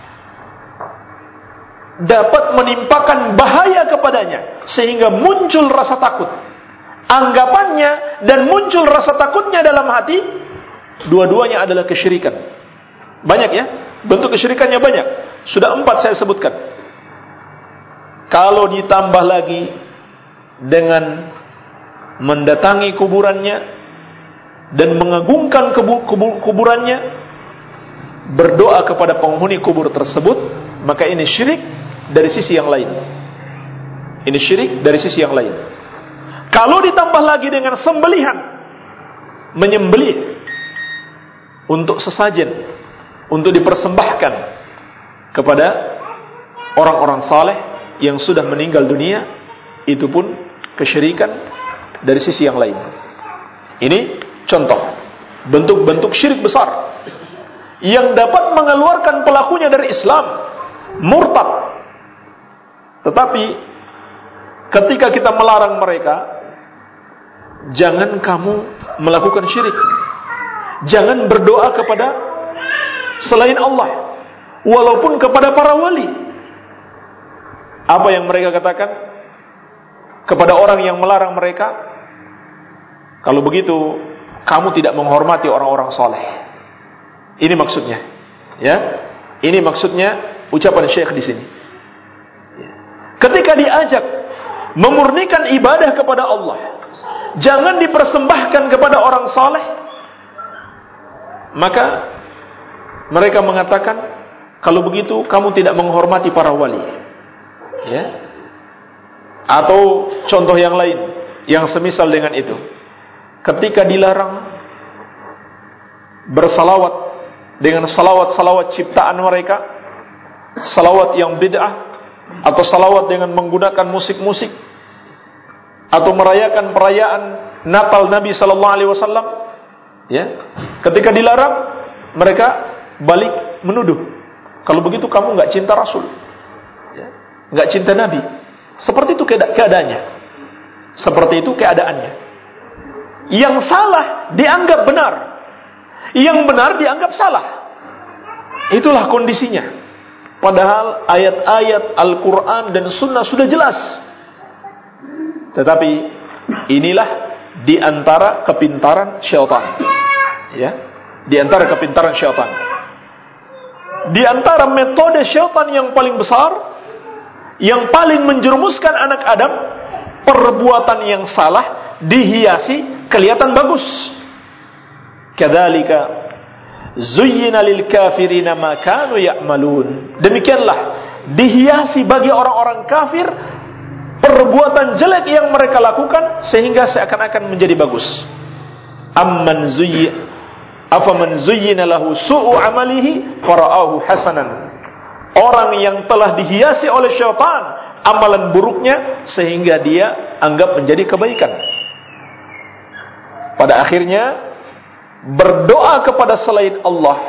dapat menimpakan bahaya kepadanya, sehingga muncul rasa takut. Anggapannya dan muncul rasa takutnya dalam hati, dua-duanya adalah kesyirikan. Banyak ya bentuk kesyirikannya banyak. Sudah 4 saya sebutkan. Kalau ditambah lagi dengan mendatangi kuburannya dan mengagungkan kuburannya, berdoa kepada penghuni kubur tersebut, maka ini syirik dari sisi yang lain. Ini syirik dari sisi yang lain. Kalau ditambah lagi dengan sembelihan, menyembelih untuk sesajen, untuk dipersembahkan kepada orang-orang saleh yang sudah meninggal dunia, itu pun kesyirikan dari sisi yang lain. Ini contoh bentuk-bentuk syirik besar yang dapat mengeluarkan pelakunya dari Islam, murtad. Tetapi ketika kita melarang mereka, jangan kamu melakukan syirik, jangan berdoa kepada selain Allah, walaupun kepada para wali. Apa yang mereka katakan kepada orang yang melarang mereka? Kalau begitu, kamu tidak menghormati orang-orang soleh. Ini maksudnya, ya. Ini maksudnya ucapan Syekh di sini. Ketika diajak memurnikan ibadah kepada Allah, jangan dipersembahkan kepada orang soleh, maka mereka mengatakan, kalau begitu kamu tidak menghormati para wali, ya. Atau contoh yang lain yang semisal dengan itu, ketika dilarang bersalawat dengan salawat-salawat ciptaan mereka, salawat yang bid'ah, atau salawat dengan menggunakan musik-musik, atau merayakan perayaan Natal Nabi Sallallahu Alaihi Wasallam, ya, ketika dilarang, mereka balik menuduh, kalau begitu kamu nggak cinta Rasul, ya, nggak cinta Nabi. Seperti itu keadaannya, seperti itu keadaannya. Yang salah dianggap benar, yang benar dianggap salah. Itulah kondisinya. Padahal ayat-ayat Al-Quran dan Sunnah sudah jelas. Tetapi inilah di antara kepintaran syaitan, ya, di antara kepintaran syaitan, di antara metode syaitan yang paling besar, yang paling menjerumuskan anak Adam, perbuatan yang salah dihiasi kelihatan bagus. Kadzalika zuyyina lil kafirina ma kanu ya'malun. Demikianlah dihiasi bagi orang-orang kafir perbuatan jelek yang mereka lakukan sehingga seakan-akan menjadi bagus. Afaman zuyyina lahu su'u amalihi fara'ahu hasanan. Orang yang telah dihiasi oleh syaitan amalan buruknya sehingga dia anggap menjadi kebaikan. Pada akhirnya berdoa kepada selain Allah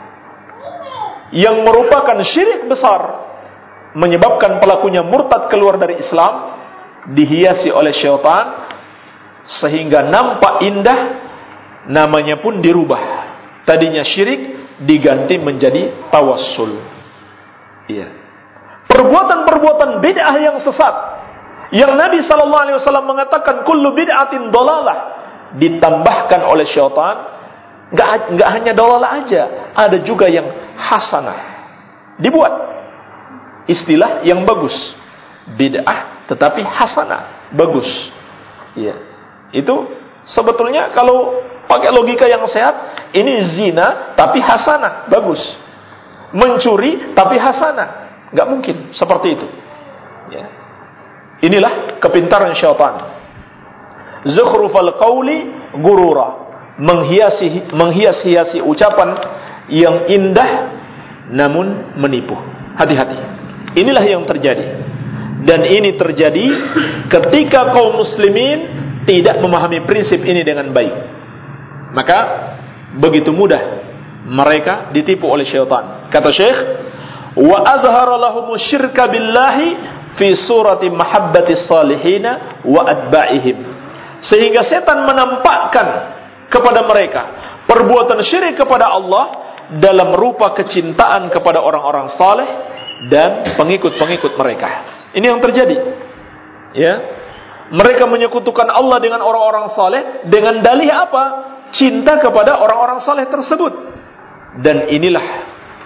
yang merupakan syirik besar, menyebabkan pelakunya murtad keluar dari Islam, dihiasi oleh syaitan sehingga nampak indah, namanya pun dirubah. Tadinya syirik diganti menjadi tawassul. Iya. Perbuatan-perbuatan bid'ah yang sesat, yang Nabi SAW mengatakan kullu bid'atin dolalah, ditambahkan oleh syaitan. Enggak hanya dolalah aja, ada juga yang hasanah. Dibuat istilah yang bagus, bid'ah tetapi hasanah, bagus. Iya. Itu sebetulnya kalau pakai logika yang sehat, ini zina tapi hasanah, bagus. Mencuri tapi hasanah, nggak mungkin seperti itu, ya. Inilah kepintaran syaitan. Zukhrufal qawli gurura, menghias-hiasi ucapan yang indah namun menipu. Hati-hati. Inilah yang terjadi, dan ini terjadi ketika kaum muslimin tidak memahami prinsip ini dengan baik. Maka begitu mudah mereka ditipu oleh syaitan. Kata Syekh, wa azhara lahumu syirka billahi fi surati mahabbati salihina wa atba'ihim. Sehingga setan menampakkan kepada mereka perbuatan syirik kepada Allah dalam rupa kecintaan kepada orang-orang saleh dan pengikut-pengikut mereka. Ini yang terjadi, ya. Mereka menyekutukan Allah dengan orang-orang saleh dengan dalih apa? Cinta kepada orang-orang saleh tersebut. Dan inilah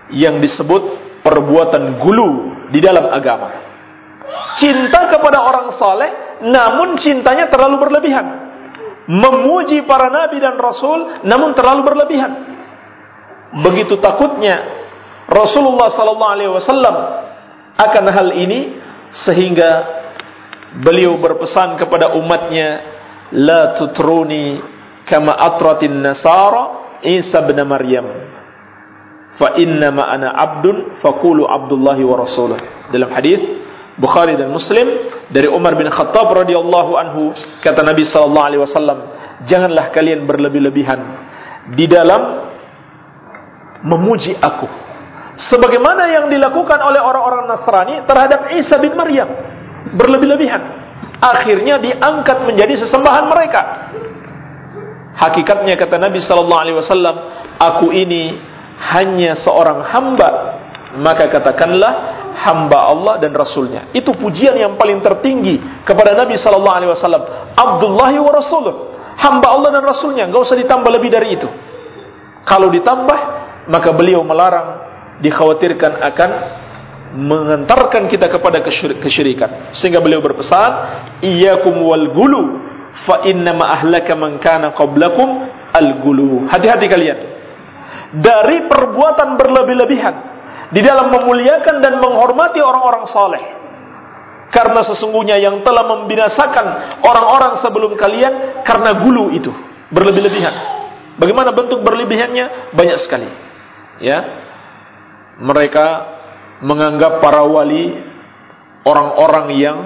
yang disebut perbuatan gulu di dalam agama. Cinta kepada orang saleh, namun cintanya terlalu berlebihan. Memuji para nabi dan rasul, namun terlalu berlebihan. Begitu takutnya Rasulullah SAW akan hal ini, sehingga beliau berpesan kepada umatnya, la tutruni kama atratin nasara Isa bin Maryam, fa innama ana abdun faqulu abdullahi wa rasuluh. Dalam hadis Bukhari dan Muslim dari Umar bin Khattab radhiyallahu anhu, kata Nabi sallallahu alaihi wasallam, janganlah kalian berlebih-lebihan di dalam memuji aku sebagaimana yang dilakukan oleh orang-orang Nasrani terhadap Isa bin Maryam, berlebih-lebihan, akhirnya diangkat menjadi sesembahan mereka. Hakikatnya kata Nabi sallallahu alaihi wasallam, aku ini hanya seorang hamba, maka katakanlah hamba Allah dan Rasulnya. Itu pujian yang paling tertinggi kepada Nabi sallallahu alaihi wasallam. Abdullahi wa rasuluh, hamba Allah dan Rasulnya, enggak usah ditambah lebih dari itu. Kalau ditambah, maka beliau melarang, dikhawatirkan akan mengantarkan kita kepada kesyirikan. Sehingga beliau berpesan, iyyakum wal gulu fa inna ma ahlaka man kana qablakum al gulu. Hati-hati kalian dari perbuatan berlebih-lebihan di dalam memuliakan dan menghormati orang-orang saleh, karena sesungguhnya yang telah membinasakan orang-orang sebelum kalian karena gulu itu, berlebih-lebihan. Bagaimana bentuk berlebihannya? Banyak sekali. Ya, mereka menganggap para wali orang-orang yang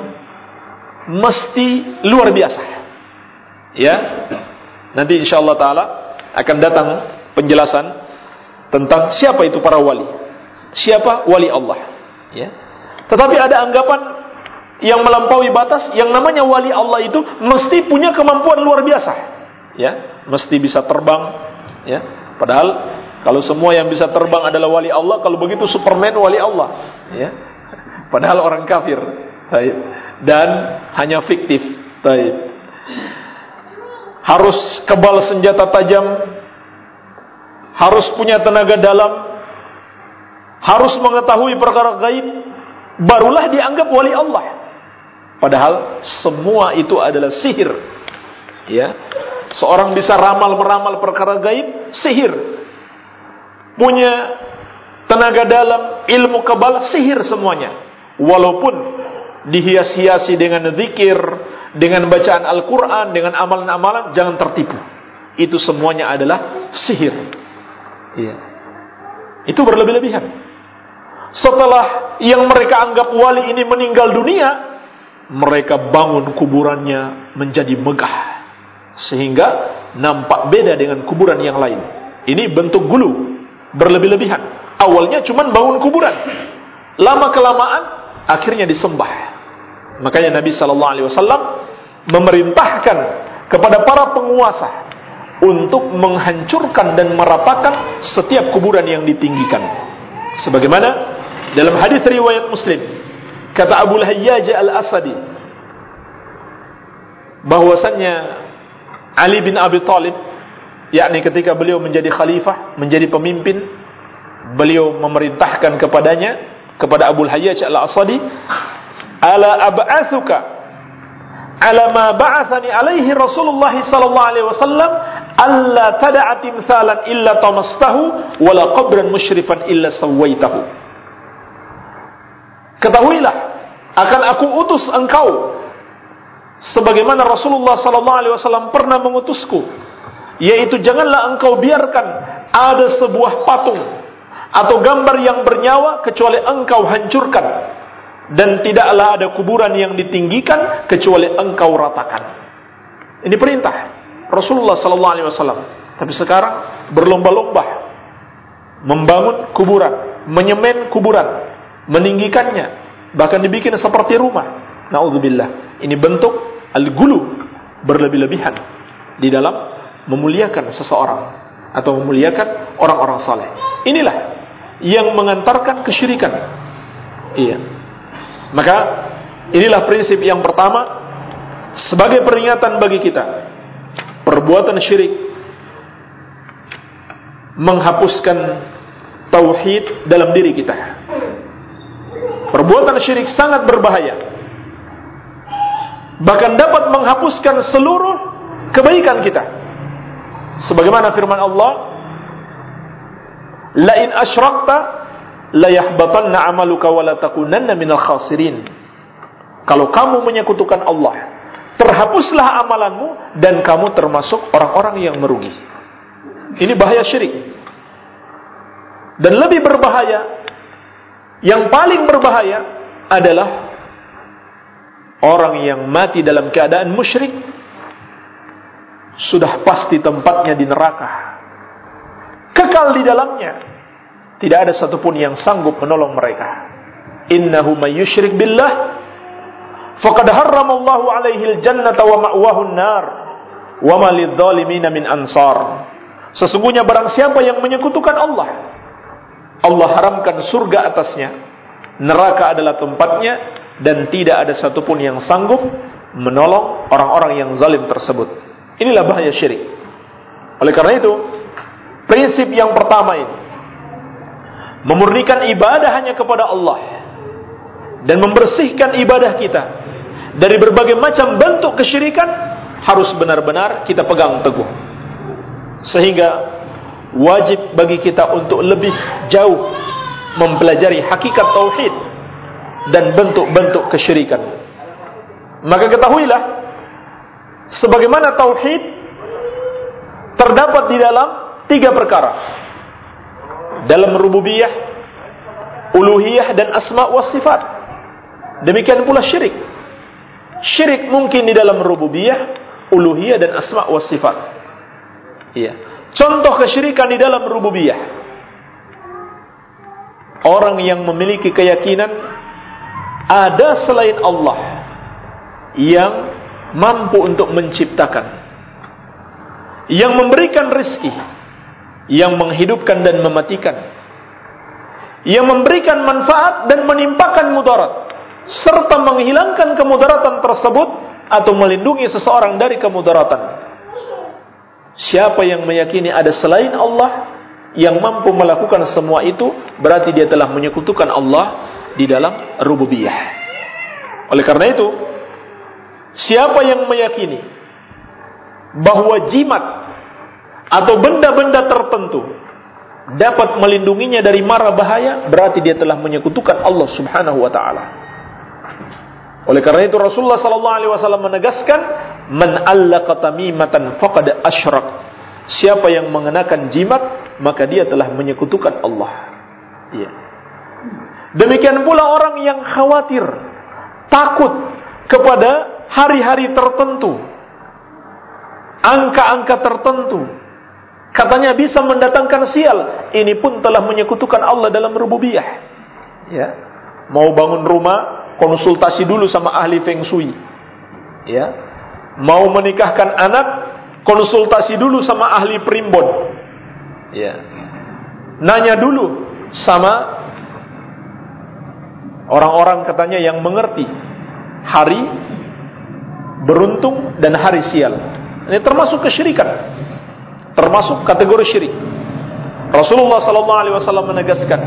mesti luar biasa. Ya, nanti insyaallah taala akan datang penjelasan tentang siapa itu para wali, siapa wali Allah. Ya, tetapi ada anggapan yang melampaui batas, yang namanya wali Allah itu mesti punya kemampuan luar biasa. Ya, mesti bisa terbang. Ya, padahal kalau semua yang bisa terbang adalah wali Allah, kalau begitu Superman wali Allah. Ya, padahal orang kafir. Baik. Dan hanya fiktif. Baik. Harus kebal senjata tajam, harus punya tenaga dalam, harus mengetahui perkara gaib, barulah dianggap wali Allah. Padahal semua itu adalah sihir. Ya, seorang bisa meramal perkara gaib, sihir. Punya tenaga dalam, ilmu kebal, sihir semuanya. Walaupun dihias-hiasi dengan zikir, dengan bacaan Al-Quran, dengan amalan-amalan, jangan tertipu. Itu semuanya adalah sihir. Iya. Itu berlebih-lebihan. Setelah yang mereka anggap wali ini meninggal dunia, mereka bangun kuburannya menjadi megah, sehingga nampak beda dengan kuburan yang lain. Ini bentuk gulu, berlebih-lebihan. Awalnya cuma bangun kuburan, lama-kelamaan akhirnya disembah. Makanya Nabi SAW memerintahkan kepada para penguasa untuk menghancurkan dan meratakan setiap kuburan yang ditinggikan. Sebagaimana dalam hadis riwayat Muslim, kata Abu Hayyaj Al-Asadi, bahwasannya Ali bin Abi Thalib, yakni ketika beliau menjadi khalifah, menjadi pemimpin, beliau memerintahkan kepada Abu Hayyaj Al-Asadi, ala ab'athuka ala ma ba'athani alaihi Rasulullah sallallahu alaihi wasallam alla tad'a timthalan illa tamastahu wala qabran musyrifan illa sawaitahu. Ketahuilah, akan aku utus engkau sebagaimana Rasulullah sallallahu alaihi wasallam pernah mengutusku, yaitu janganlah engkau biarkan ada sebuah patung atau gambar yang bernyawa kecuali engkau hancurkan, dan tidaklah ada kuburan yang ditinggikan kecuali engkau ratakan. Ini perintah Rasulullah sallallahu alaihi wasallam. Tapi sekarang berlomba-lomba membangun kuburan, menyemen kuburan, meninggikannya, bahkan dibikin seperti rumah. Nauzubillah. Ini bentuk al-gulu, berlebih-lebihan di dalam memuliakan seseorang atau memuliakan orang-orang saleh. Inilah yang mengantarkan kesyirikan. Iya. Maka inilah prinsip yang pertama sebagai peringatan bagi kita. Perbuatan syirik menghapuskan tauhid dalam diri kita. Perbuatan syirik sangat berbahaya, bahkan dapat menghapuskan seluruh kebaikan kita. Sebagaimana firman Allah, la in asyrakta la yahbatanna amaluka wa la takunanna minal khasirin. Kalau kamu menyekutukan Allah, terhapuslah amalanmu dan kamu termasuk orang-orang yang merugi. Ini bahaya syirik. Dan lebih berbahaya, yang paling berbahaya adalah orang yang mati dalam keadaan musyrik. Sudah pasti tempatnya di neraka, kekal di dalamnya. Tidak ada satupun yang sanggup menolong mereka. Innahu may yusyrik billah faqad harramallahu alaihi al-jannata wa ma'wahu an-nar wa ma lidh-dhalimin min ansar. Sesungguhnya barang siapa yang menyekutukan Allah, Allah haramkan surga atasnya, neraka adalah tempatnya, dan tidak ada satupun yang sanggup menolong orang-orang yang zalim tersebut. Inilah bahaya syirik. Oleh karena itu, prinsip yang pertama ini, memurnikan ibadah hanya kepada Allah dan membersihkan ibadah kita dari berbagai macam bentuk kesyirikan, harus benar-benar kita pegang teguh. Sehingga wajib bagi kita untuk lebih jauh mempelajari hakikat tauhid dan bentuk-bentuk kesyirikan. Maka ketahuilah, sebagaimana tauhid terdapat di dalam 3 perkara, dalam rububiyah, uluhiyah, dan asma wa sifat. Demikian pula syirik. Syirik mungkin di dalam rububiyah, uluhiyah, dan asma wa sifat. Iya. Contoh kesyirikan di dalam rububiyah, orang yang memiliki keyakinan ada selain Allah yang mampu untuk menciptakan, yang memberikan rezeki, yang menghidupkan dan mematikan, yang memberikan manfaat dan menimpakan mudarat, serta menghilangkan kemudaratan tersebut atau melindungi seseorang dari kemudaratan. Siapa yang meyakini ada selain Allah yang mampu melakukan semua itu, berarti dia telah menyekutukan Allah di dalam rububiyah. Oleh karena itu, siapa yang meyakini bahwa jimat atau benda-benda tertentu dapat melindunginya dari mara bahaya, berarti dia telah menyekutukan Allah Subhanahu wa taala. Oleh karena itu Rasulullah sallallahu alaihi wasallam menegaskan, man allaqa tamimatan faqad asyrak. Siapa yang mengenakan jimat, maka dia telah menyekutukan Allah. Ya. Demikian pula orang yang khawatir, takut kepada hari-hari tertentu, angka-angka tertentu, katanya bisa mendatangkan sial, ini pun telah menyekutukan Allah dalam rububiyah. Ya. Mau bangun rumah, konsultasi dulu sama ahli feng shui. Ya. Mau menikahkan anak, konsultasi dulu sama ahli primbon. Ya. Nanya dulu sama orang-orang katanya yang mengerti hari beruntung dan hari sial. Ini termasuk kesyirikan, termasuk kategori syirik. Rasulullah sallallahu alaihi wasallam menegaskan,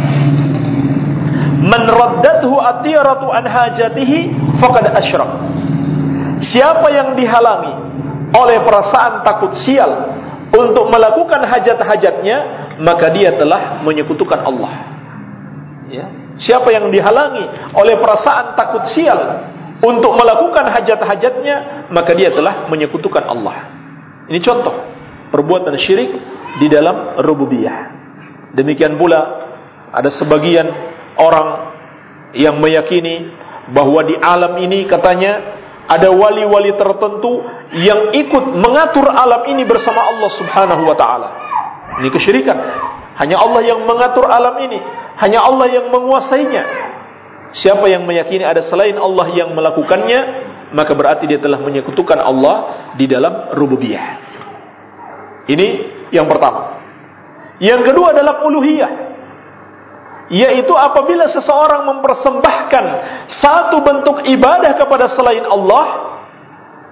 man raddathu atiyaratu an hajatihi faqad asyrak. Siapa yang dihalangi oleh perasaan takut sial untuk melakukan hajat-hajatnya, maka dia telah menyekutukan Allah. Ya. Siapa yang dihalangi oleh perasaan takut sial untuk melakukan hajat-hajatnya, maka dia telah menyekutukan Allah. Ini contoh perbuatan syirik di dalam rububiyah. Demikian pula ada sebagian orang yang meyakini bahwa di alam ini katanya ada wali-wali tertentu yang ikut mengatur alam ini bersama Allah Subhanahu wa taala. Ini kesyirikan. Hanya Allah yang mengatur alam ini, hanya Allah yang menguasainya. Siapa yang meyakini ada selain Allah yang melakukannya, maka berarti dia telah menyekutukan Allah di dalam rububiyah. Ini yang pertama. Yang kedua adalah uluhiyah, yaitu apabila seseorang mempersembahkan satu bentuk ibadah kepada selain Allah,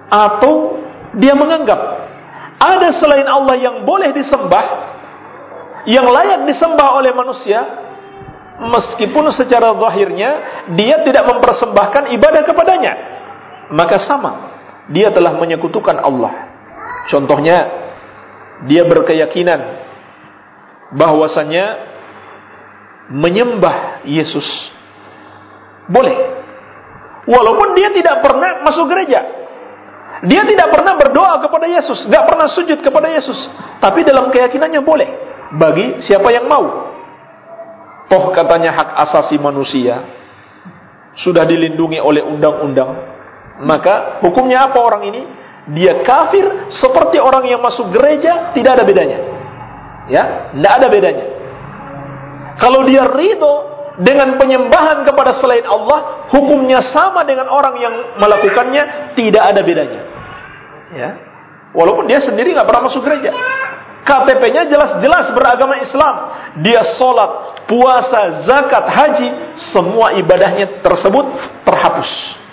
atau dia menganggap ada selain Allah yang boleh disembah, yang layak disembah oleh manusia, meskipun secara zahirnya dia tidak mempersembahkan ibadah kepadanya, maka sama, dia telah menyekutukan Allah. Contohnya, dia berkeyakinan bahwasannya menyembah Yesus boleh, walaupun dia tidak pernah masuk gereja, dia tidak pernah berdoa kepada Yesus, gak pernah sujud kepada Yesus, tapi dalam keyakinannya boleh bagi siapa yang mau. Toh katanya hak asasi manusia sudah dilindungi oleh undang-undang, maka hukumnya apa orang ini? Dia kafir seperti orang yang masuk gereja, tidak ada bedanya. Ya, tidak ada bedanya. Kalau dia ridho dengan penyembahan kepada selain Allah, hukumnya sama dengan orang yang melakukannya, tidak ada bedanya. Ya, walaupun dia sendiri nggak pernah masuk gereja, KTP-nya jelas-jelas beragama Islam, dia sholat, puasa, zakat, haji, semua ibadahnya tersebut terhapus,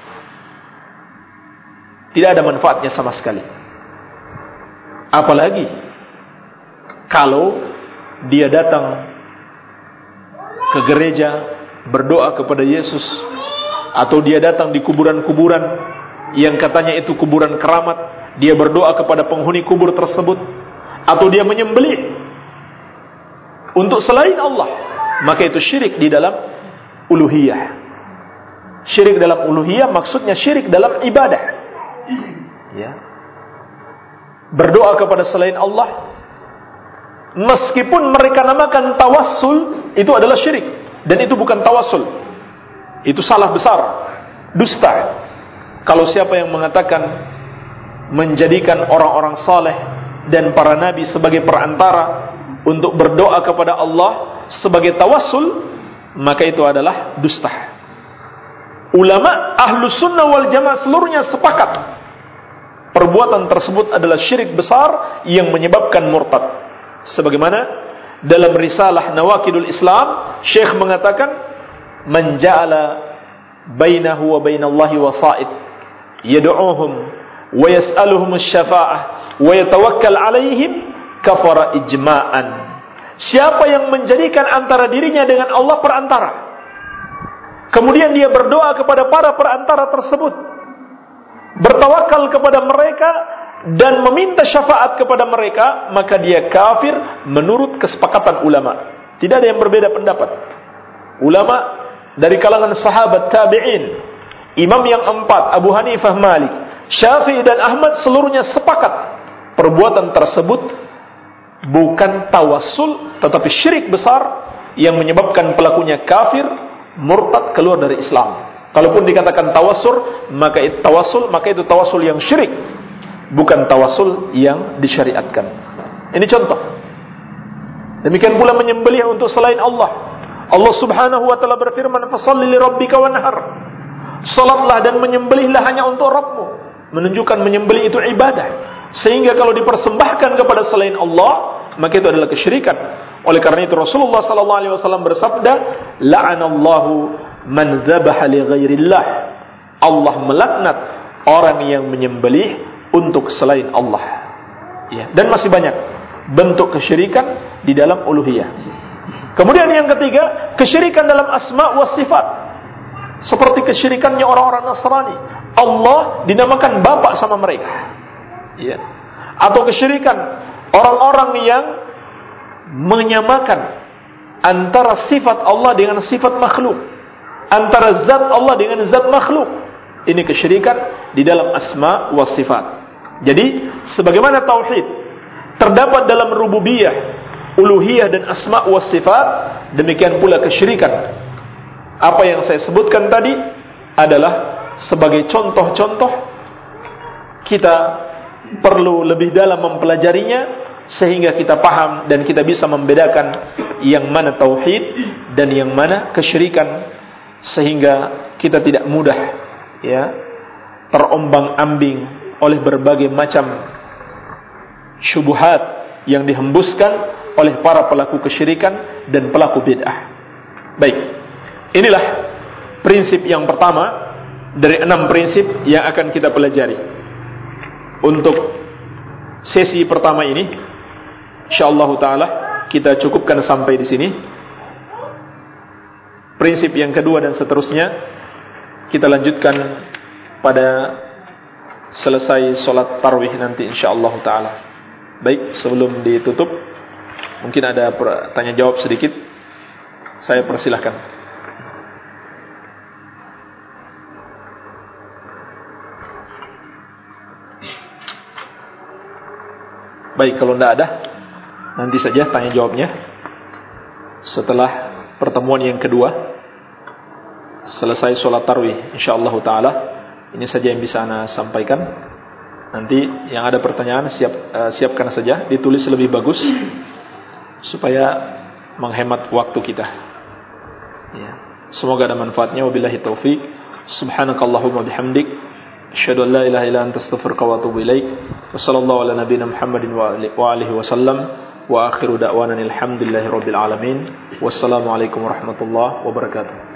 tidak ada manfaatnya sama sekali. Apalagi kalau dia datang ke gereja berdoa kepada Yesus, atau dia datang di kuburan-kuburan yang katanya itu kuburan keramat, dia berdoa kepada penghuni kubur tersebut, atau dia menyembelih untuk selain Allah, maka itu syirik di dalam uluhiyah. Syirik dalam uluhiyah maksudnya syirik dalam ibadah. Ya. Berdoa kepada selain Allah, meskipun mereka namakan tawassul, itu adalah syirik, dan itu bukan tawassul. Itu salah besar, dusta. Kalau siapa yang mengatakan menjadikan orang-orang saleh dan para nabi sebagai perantara untuk berdoa kepada Allah sebagai tawassul, maka itu adalah dusta. Ulama Ahlus Sunnah wal Jamaah seluruhnya sepakat, perbuatan tersebut adalah syirik besar yang menyebabkan murtad. Sebagaimana dalam risalah Nawaqidul Islam, Syekh mengatakan, man ja'ala bainahu wa bainallahi wasa'id yad'uuhum wa yas'aluhum asy-syafa'ah wa yatawakkal 'alaihim kafara ijma'an. Siapa yang menjadikan antara dirinya dengan Allah perantara, kemudian dia berdoa kepada para perantara tersebut, bertawakal kepada mereka dan meminta syafaat kepada mereka, maka dia kafir menurut kesepakatan ulama. Tidak ada yang berbeda pendapat. Ulama dari kalangan sahabat tabi'in, imam yang empat, Abu Hanifah, Malik, Syafi'i dan Ahmad, seluruhnya sepakat perbuatan tersebut bukan tawassul, tetapi syirik besar yang menyebabkan pelakunya kafir, murtad, keluar dari Islam. Kalaupun dikatakan tawassul, maka itu tawassul yang syirik, bukan tawassul yang disyariatkan. Ini contoh. Demikian pula menyembelih untuk selain Allah. Allah Subhanahu wa taala berfirman, "Fashalli li rabbika wanhar." Salatlah dan menyembelihlah hanya untuk Rabbmu. Menunjukkan menyembelih itu ibadah. Sehingga kalau dipersembahkan kepada selain Allah, maka itu adalah kesyirikan. Oleh karena itu Rasulullah sallallahu alaihi wasallam bersabda, "La'anallahu man dzabaha li ghairillah." Allah melaknat orang yang menyembelih untuk selain Allah. Ya, dan masih banyak bentuk kesyirikan di dalam uluhiyah. Kemudian yang ketiga, kesyirikan dalam asma wa sifat. Seperti kesyirikannya orang-orang Nasrani, Allah dinamakan Bapak sama mereka. Ya. Atau kesyirikan orang-orang yang menyamakan antara sifat Allah dengan sifat makhluk, antara zat Allah dengan zat makhluk. Ini kesyirikan di dalam asma wa sifat. Jadi, sebagaimana tauhid terdapat dalam rububiyah, uluhiyah dan asma wa sifat, demikian pula kesyirikan. Apa yang saya sebutkan tadi adalah sebagai contoh-contoh. Kita perlu lebih dalam mempelajarinya sehingga kita paham dan kita bisa membedakan yang mana tauhid dan yang mana kesyirikan, sehingga kita tidak mudah terombang-ambing oleh berbagai macam syubhat yang dihembuskan oleh para pelaku kesyirikan dan pelaku bid'ah. Baik, inilah prinsip yang pertama dari 6 prinsip yang akan kita pelajari untuk sesi pertama ini. InsyaAllah ta'ala kita cukupkan sampai di sini. Prinsip yang kedua dan seterusnya kita lanjutkan pada selesai sholat tarawih nanti insyaallah taala. Baik, sebelum ditutup mungkin ada tanya jawab sedikit. Saya persilahkan. Baik, kalau tidak ada, nanti saja tanya jawabnya setelah pertemuan yang kedua, selesai sholat tarawih insyaallah taala. Ini saja yang bisa ana sampaikan. Nanti yang ada pertanyaan siapkan saja, ditulis lebih bagus supaya menghemat waktu kita. Ya. Semoga ada manfaatnya. Wabillahi taufik. Subhanakallahumma bihamdik, asyhadu an la ilaha illa anta, astaghfiruka wa atubu ilaik. Wa sallallahu ala nabiyyina Muhammadin wa alihi wasallam. Wa akhiru da'wana alhamdulillahi rabbil alamin. Wassalamu alaikum warahmatullahi wabarakatuh.